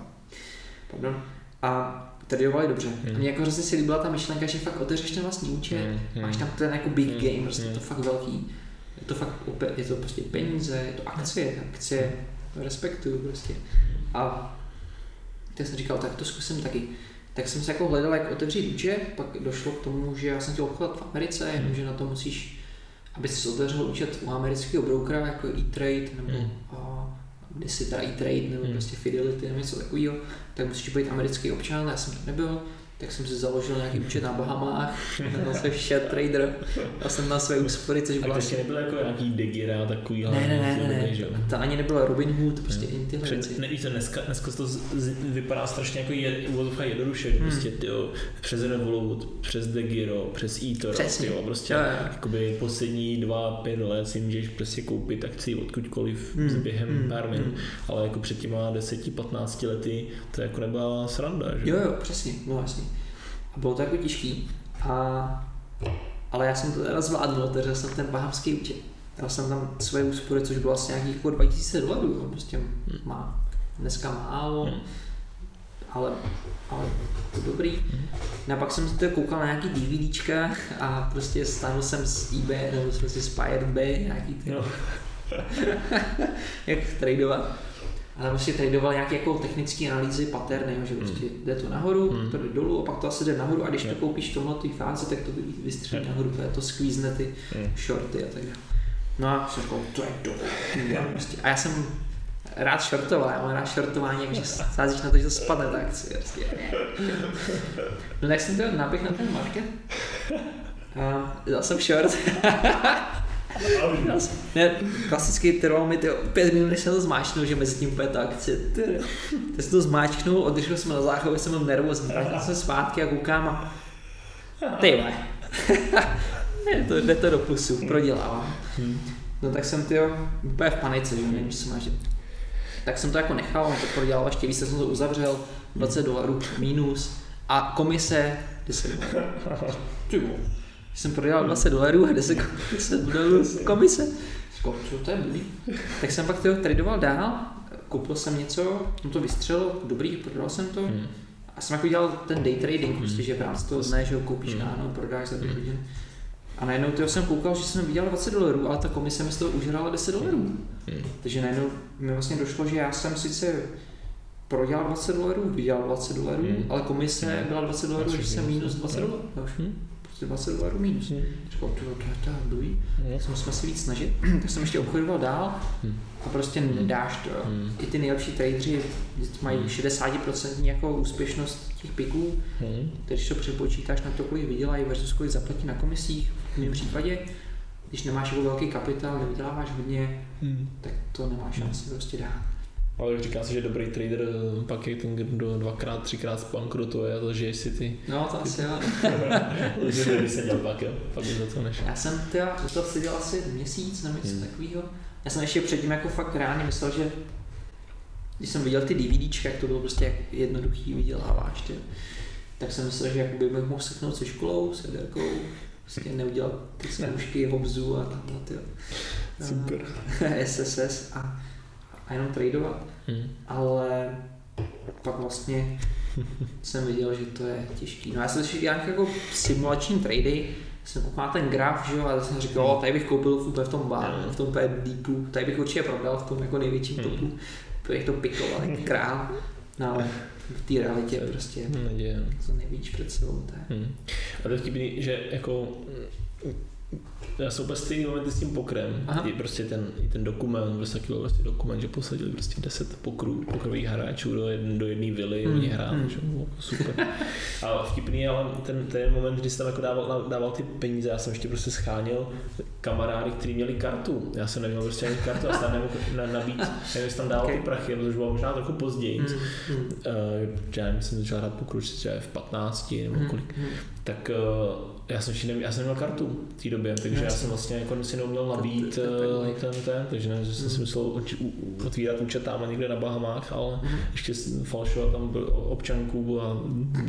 A tradovali dobře. A mě jako hrozně si líbila ta myšlenka, že fakt otevřeš ten vlastní účet, máš tam ten jako big game, prostě to fakt velký. Je to prostě peníze, je to akcie, to respektuju prostě. A teď jsem říkal, tak to zkusím taky. Tak jsem se jako hledal, jak otevřít účet, pak došlo k tomu, že já jsem chtěl obchodovat v Americe, jenomže na to musíš, aby si otevřel účet u amerického brokera, jako E-Trade, nebo kdysi teda E-Trade, nebo prostě Fidelity, nebo něco takového, tak musíš být americký občan, já jsem to nebyl, tak jsem si založil nějaký účet na Bahamách, jmenoval se Share Trader, já jsem na své úspory, což byla... A to nebylo jako nějaký Degira, takový... Ne, to ani nebylo Robinhood, prostě tyhle věci. Dneska to vypadá strašně jako jednoduše, že prostě přes Revolut, přes Degiro, přes eToro, prostě jakoby poslední 2-5 let si můžeš prostě koupit akci odkudkoliv během pár minut, ale jako před těma 10-15 lety to jako nebyla sranda, že? Jo, přesně, no jasně. A bylo to jako těžký, ale já jsem to teda zvládnul, otevřel jsem ten bahamský účet. Dal jsem tam své úspory, což bylo asi nějakých jako $2000, prostě má dneska málo, ale to dobrý. No a pak jsem si to koukal na nějaký DVDčka a prostě stáhnul jsem z eBay nebo prostě z Pirate Bay nějaký ty, jak tradovat. Ale prostě tradoval nějaké jako technické analýzy paterny, že prostě jde to nahoru, to jde dolů a pak to asi jde nahoru a když to koupíš v tomhle fázi, tak to vystřelí nahoru, to squeezne ty shorty a tak dále. No a jsem říkal, to je dobré. A já jsem rád shortoval, já mám rád shortování, takže sázíš na to, že to spadne ta akci. No tak jsem to naběhl na ten market a dal jsem short. Ne, klasicky trvalo mi 5 minut, než jsem to zmáčknul, že mezi tím úplně ta akce. Teď jsem to zmáčknul, odešel jsem na záchod, jsem byl nervózní, vrátil jsem zpátky a koukám a tyhle. Jde to do plusu, prodělávám. No tak jsem úplně v panice, že nevím, co máš. Tak jsem to jako nechal, on to prodělal ještě víc, tak jsem to uzavřel, $20 minus a komise $10. Jsem prodělal $20 a $10 komise. Co to je blbý? Tak jsem pak tradoval dál, koupil jsem něco, on to vystřelil, dobrý, prodal jsem to. A jsem jako dělal ten day trading, prostě, že v rámci toho dne, že ho koupíš ráno, prodáš za 2 hodiny. A najednou jsem koukal, že jsem vydělal $20, ale ta komise mi z toho užrala $10. Takže najednou mi vlastně došlo, že já jsem sice prodělal $20, vydělal $20, ale komise byla $20, že jsem minus $20. Prostě $20 minus. Říkal, to je blbý, musíme se víc snažit. Tak jsem ještě obchodoval dál a prostě nedáš to. I ty nejlepší tradeři mají 60% jako úspěšnost těch piků, když to přepočítáš na to, kolik vydělají versus kolik zaplatí na komisích. V mém případě, když nemáš jako velký kapitál, nevyděláváš hodně, tak to nemáš šanci prostě dát. Ale říká se, že dobrý trader pak je ten, kdo 2x, 3x bankrotuje a zažiješ si ty... No to asi jo. Takže by seděl pak, jo. Pak by za to nešel. Já jsem to seděl asi měsíc nebo něco takového. Já jsem ještě předtím jako fakt reálně myslel, že když jsem viděl ty DVDčka, jak to bylo prostě jednoduchý vyděláváš, tak jsem myslel, že jakoby bych mohl seknout se školou, s jaderkou, prostě neudělat ty zkoušky Hobsu a tamhle ty super. SSS a jenom tradovat, ale pak vlastně jsem viděl, že to je těžký. No já jsem ještě dělal jako simulační trady, jsem koukal na ten graf, že jo, a jsem říkal, tady bych koupil úplně v tom v tom deepu, tady bych určitě prodal v tom jako největším topu, bych to pikoval jak král, no ale v té realitě prostě to nevíš před sebou. A to vtipný, že jako já jsem úplně stejný momenty s tím pokrem, prostě ten dokument, prostě takový vlastně dokument, že posadili prostě 10 pokrových hráčů do jedné vily, oni hráli, že bylo super. A vtipný, ale ten moment, kdy jsem tam jako dával ty peníze, já jsem ještě prostě scháněl kamarády, kteří měli kartu, já jsem neměl prostě ani kartu, já jsem tam nemohl nabít, nevím, jsem tam dával ty prachy, protože bylo možná trochu později, já nevím, jsem začal hrát pokru, třeba v 15 nebo kolik, tak já jsem neměl kartu v té době, takže já jsem vlastně jako si neuměl nabít takže ne, že jsem si myslel otvírat účet tam někde na Bahamách, ale ještě falšoval tam občanku a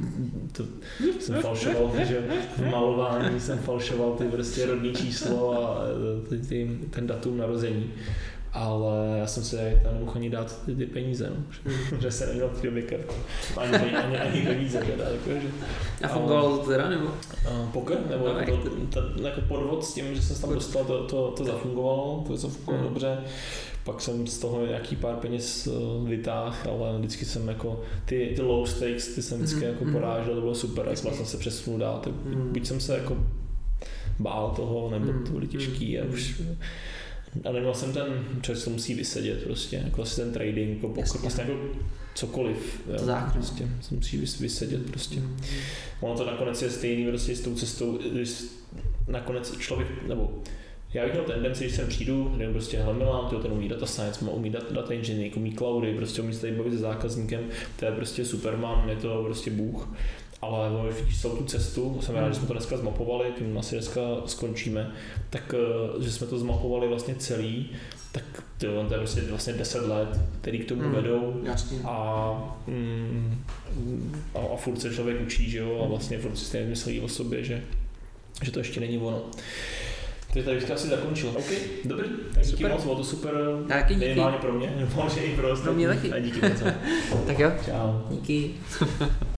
jsem falšoval, že v malování jsem falšoval ty prostě rodný číslo a ten datum narození. Ale já jsem se tam nemohl ani dát ty peníze, no. Že jsem neměl v té době kartu. Ani peníze teda. Jakože. A fungovalo to teda, nebo? Poker, nebo jako podvod s tím, že jsem tam dostal, to zafungovalo, dobře. Pak jsem z toho nějaký pár peněz vytáhl, ale vždycky jsem jako ty low stakes, ty jsem vždycky jako porážel, to bylo super, a jsem se přesunul dál. Byť jsem se jako bál toho, nebo to bylo těžký a už... A neměl jsem ten, člověk se musí vysedět prostě, jako asi ten trading, jako poker, vlastně jako cokoliv, jo, prostě se musí vysedět prostě. Ono to nakonec je stejný prostě s tou cestou, když nakonec člověk, nebo já bych měl tendenci, když sem přijdu, nevím prostě, hele Milan, ten umí data science, umí data engineering, umí cloudy, prostě umí se tady bavit se zákazníkem, to je prostě superman, je to prostě bůh. Ale když jsou tu cestu, jsem rád, že jsme to dneska zmapovali, tím asi dneska skončíme, tak že jsme to zmapovali vlastně celý, tak to je prostě vlastně 10 let, který k tomu vedou a furt se člověk učí, že jo, a vlastně furt si stejně myslí o sobě, že to ještě není ono. Takže tady bych to asi zakončil. OK, dobrý, tak díky moc, bylo to super, minimálně pro mě, nebo že i pro ostatní. Pro mě taky. A díky moc. Tak jo, čau. díky.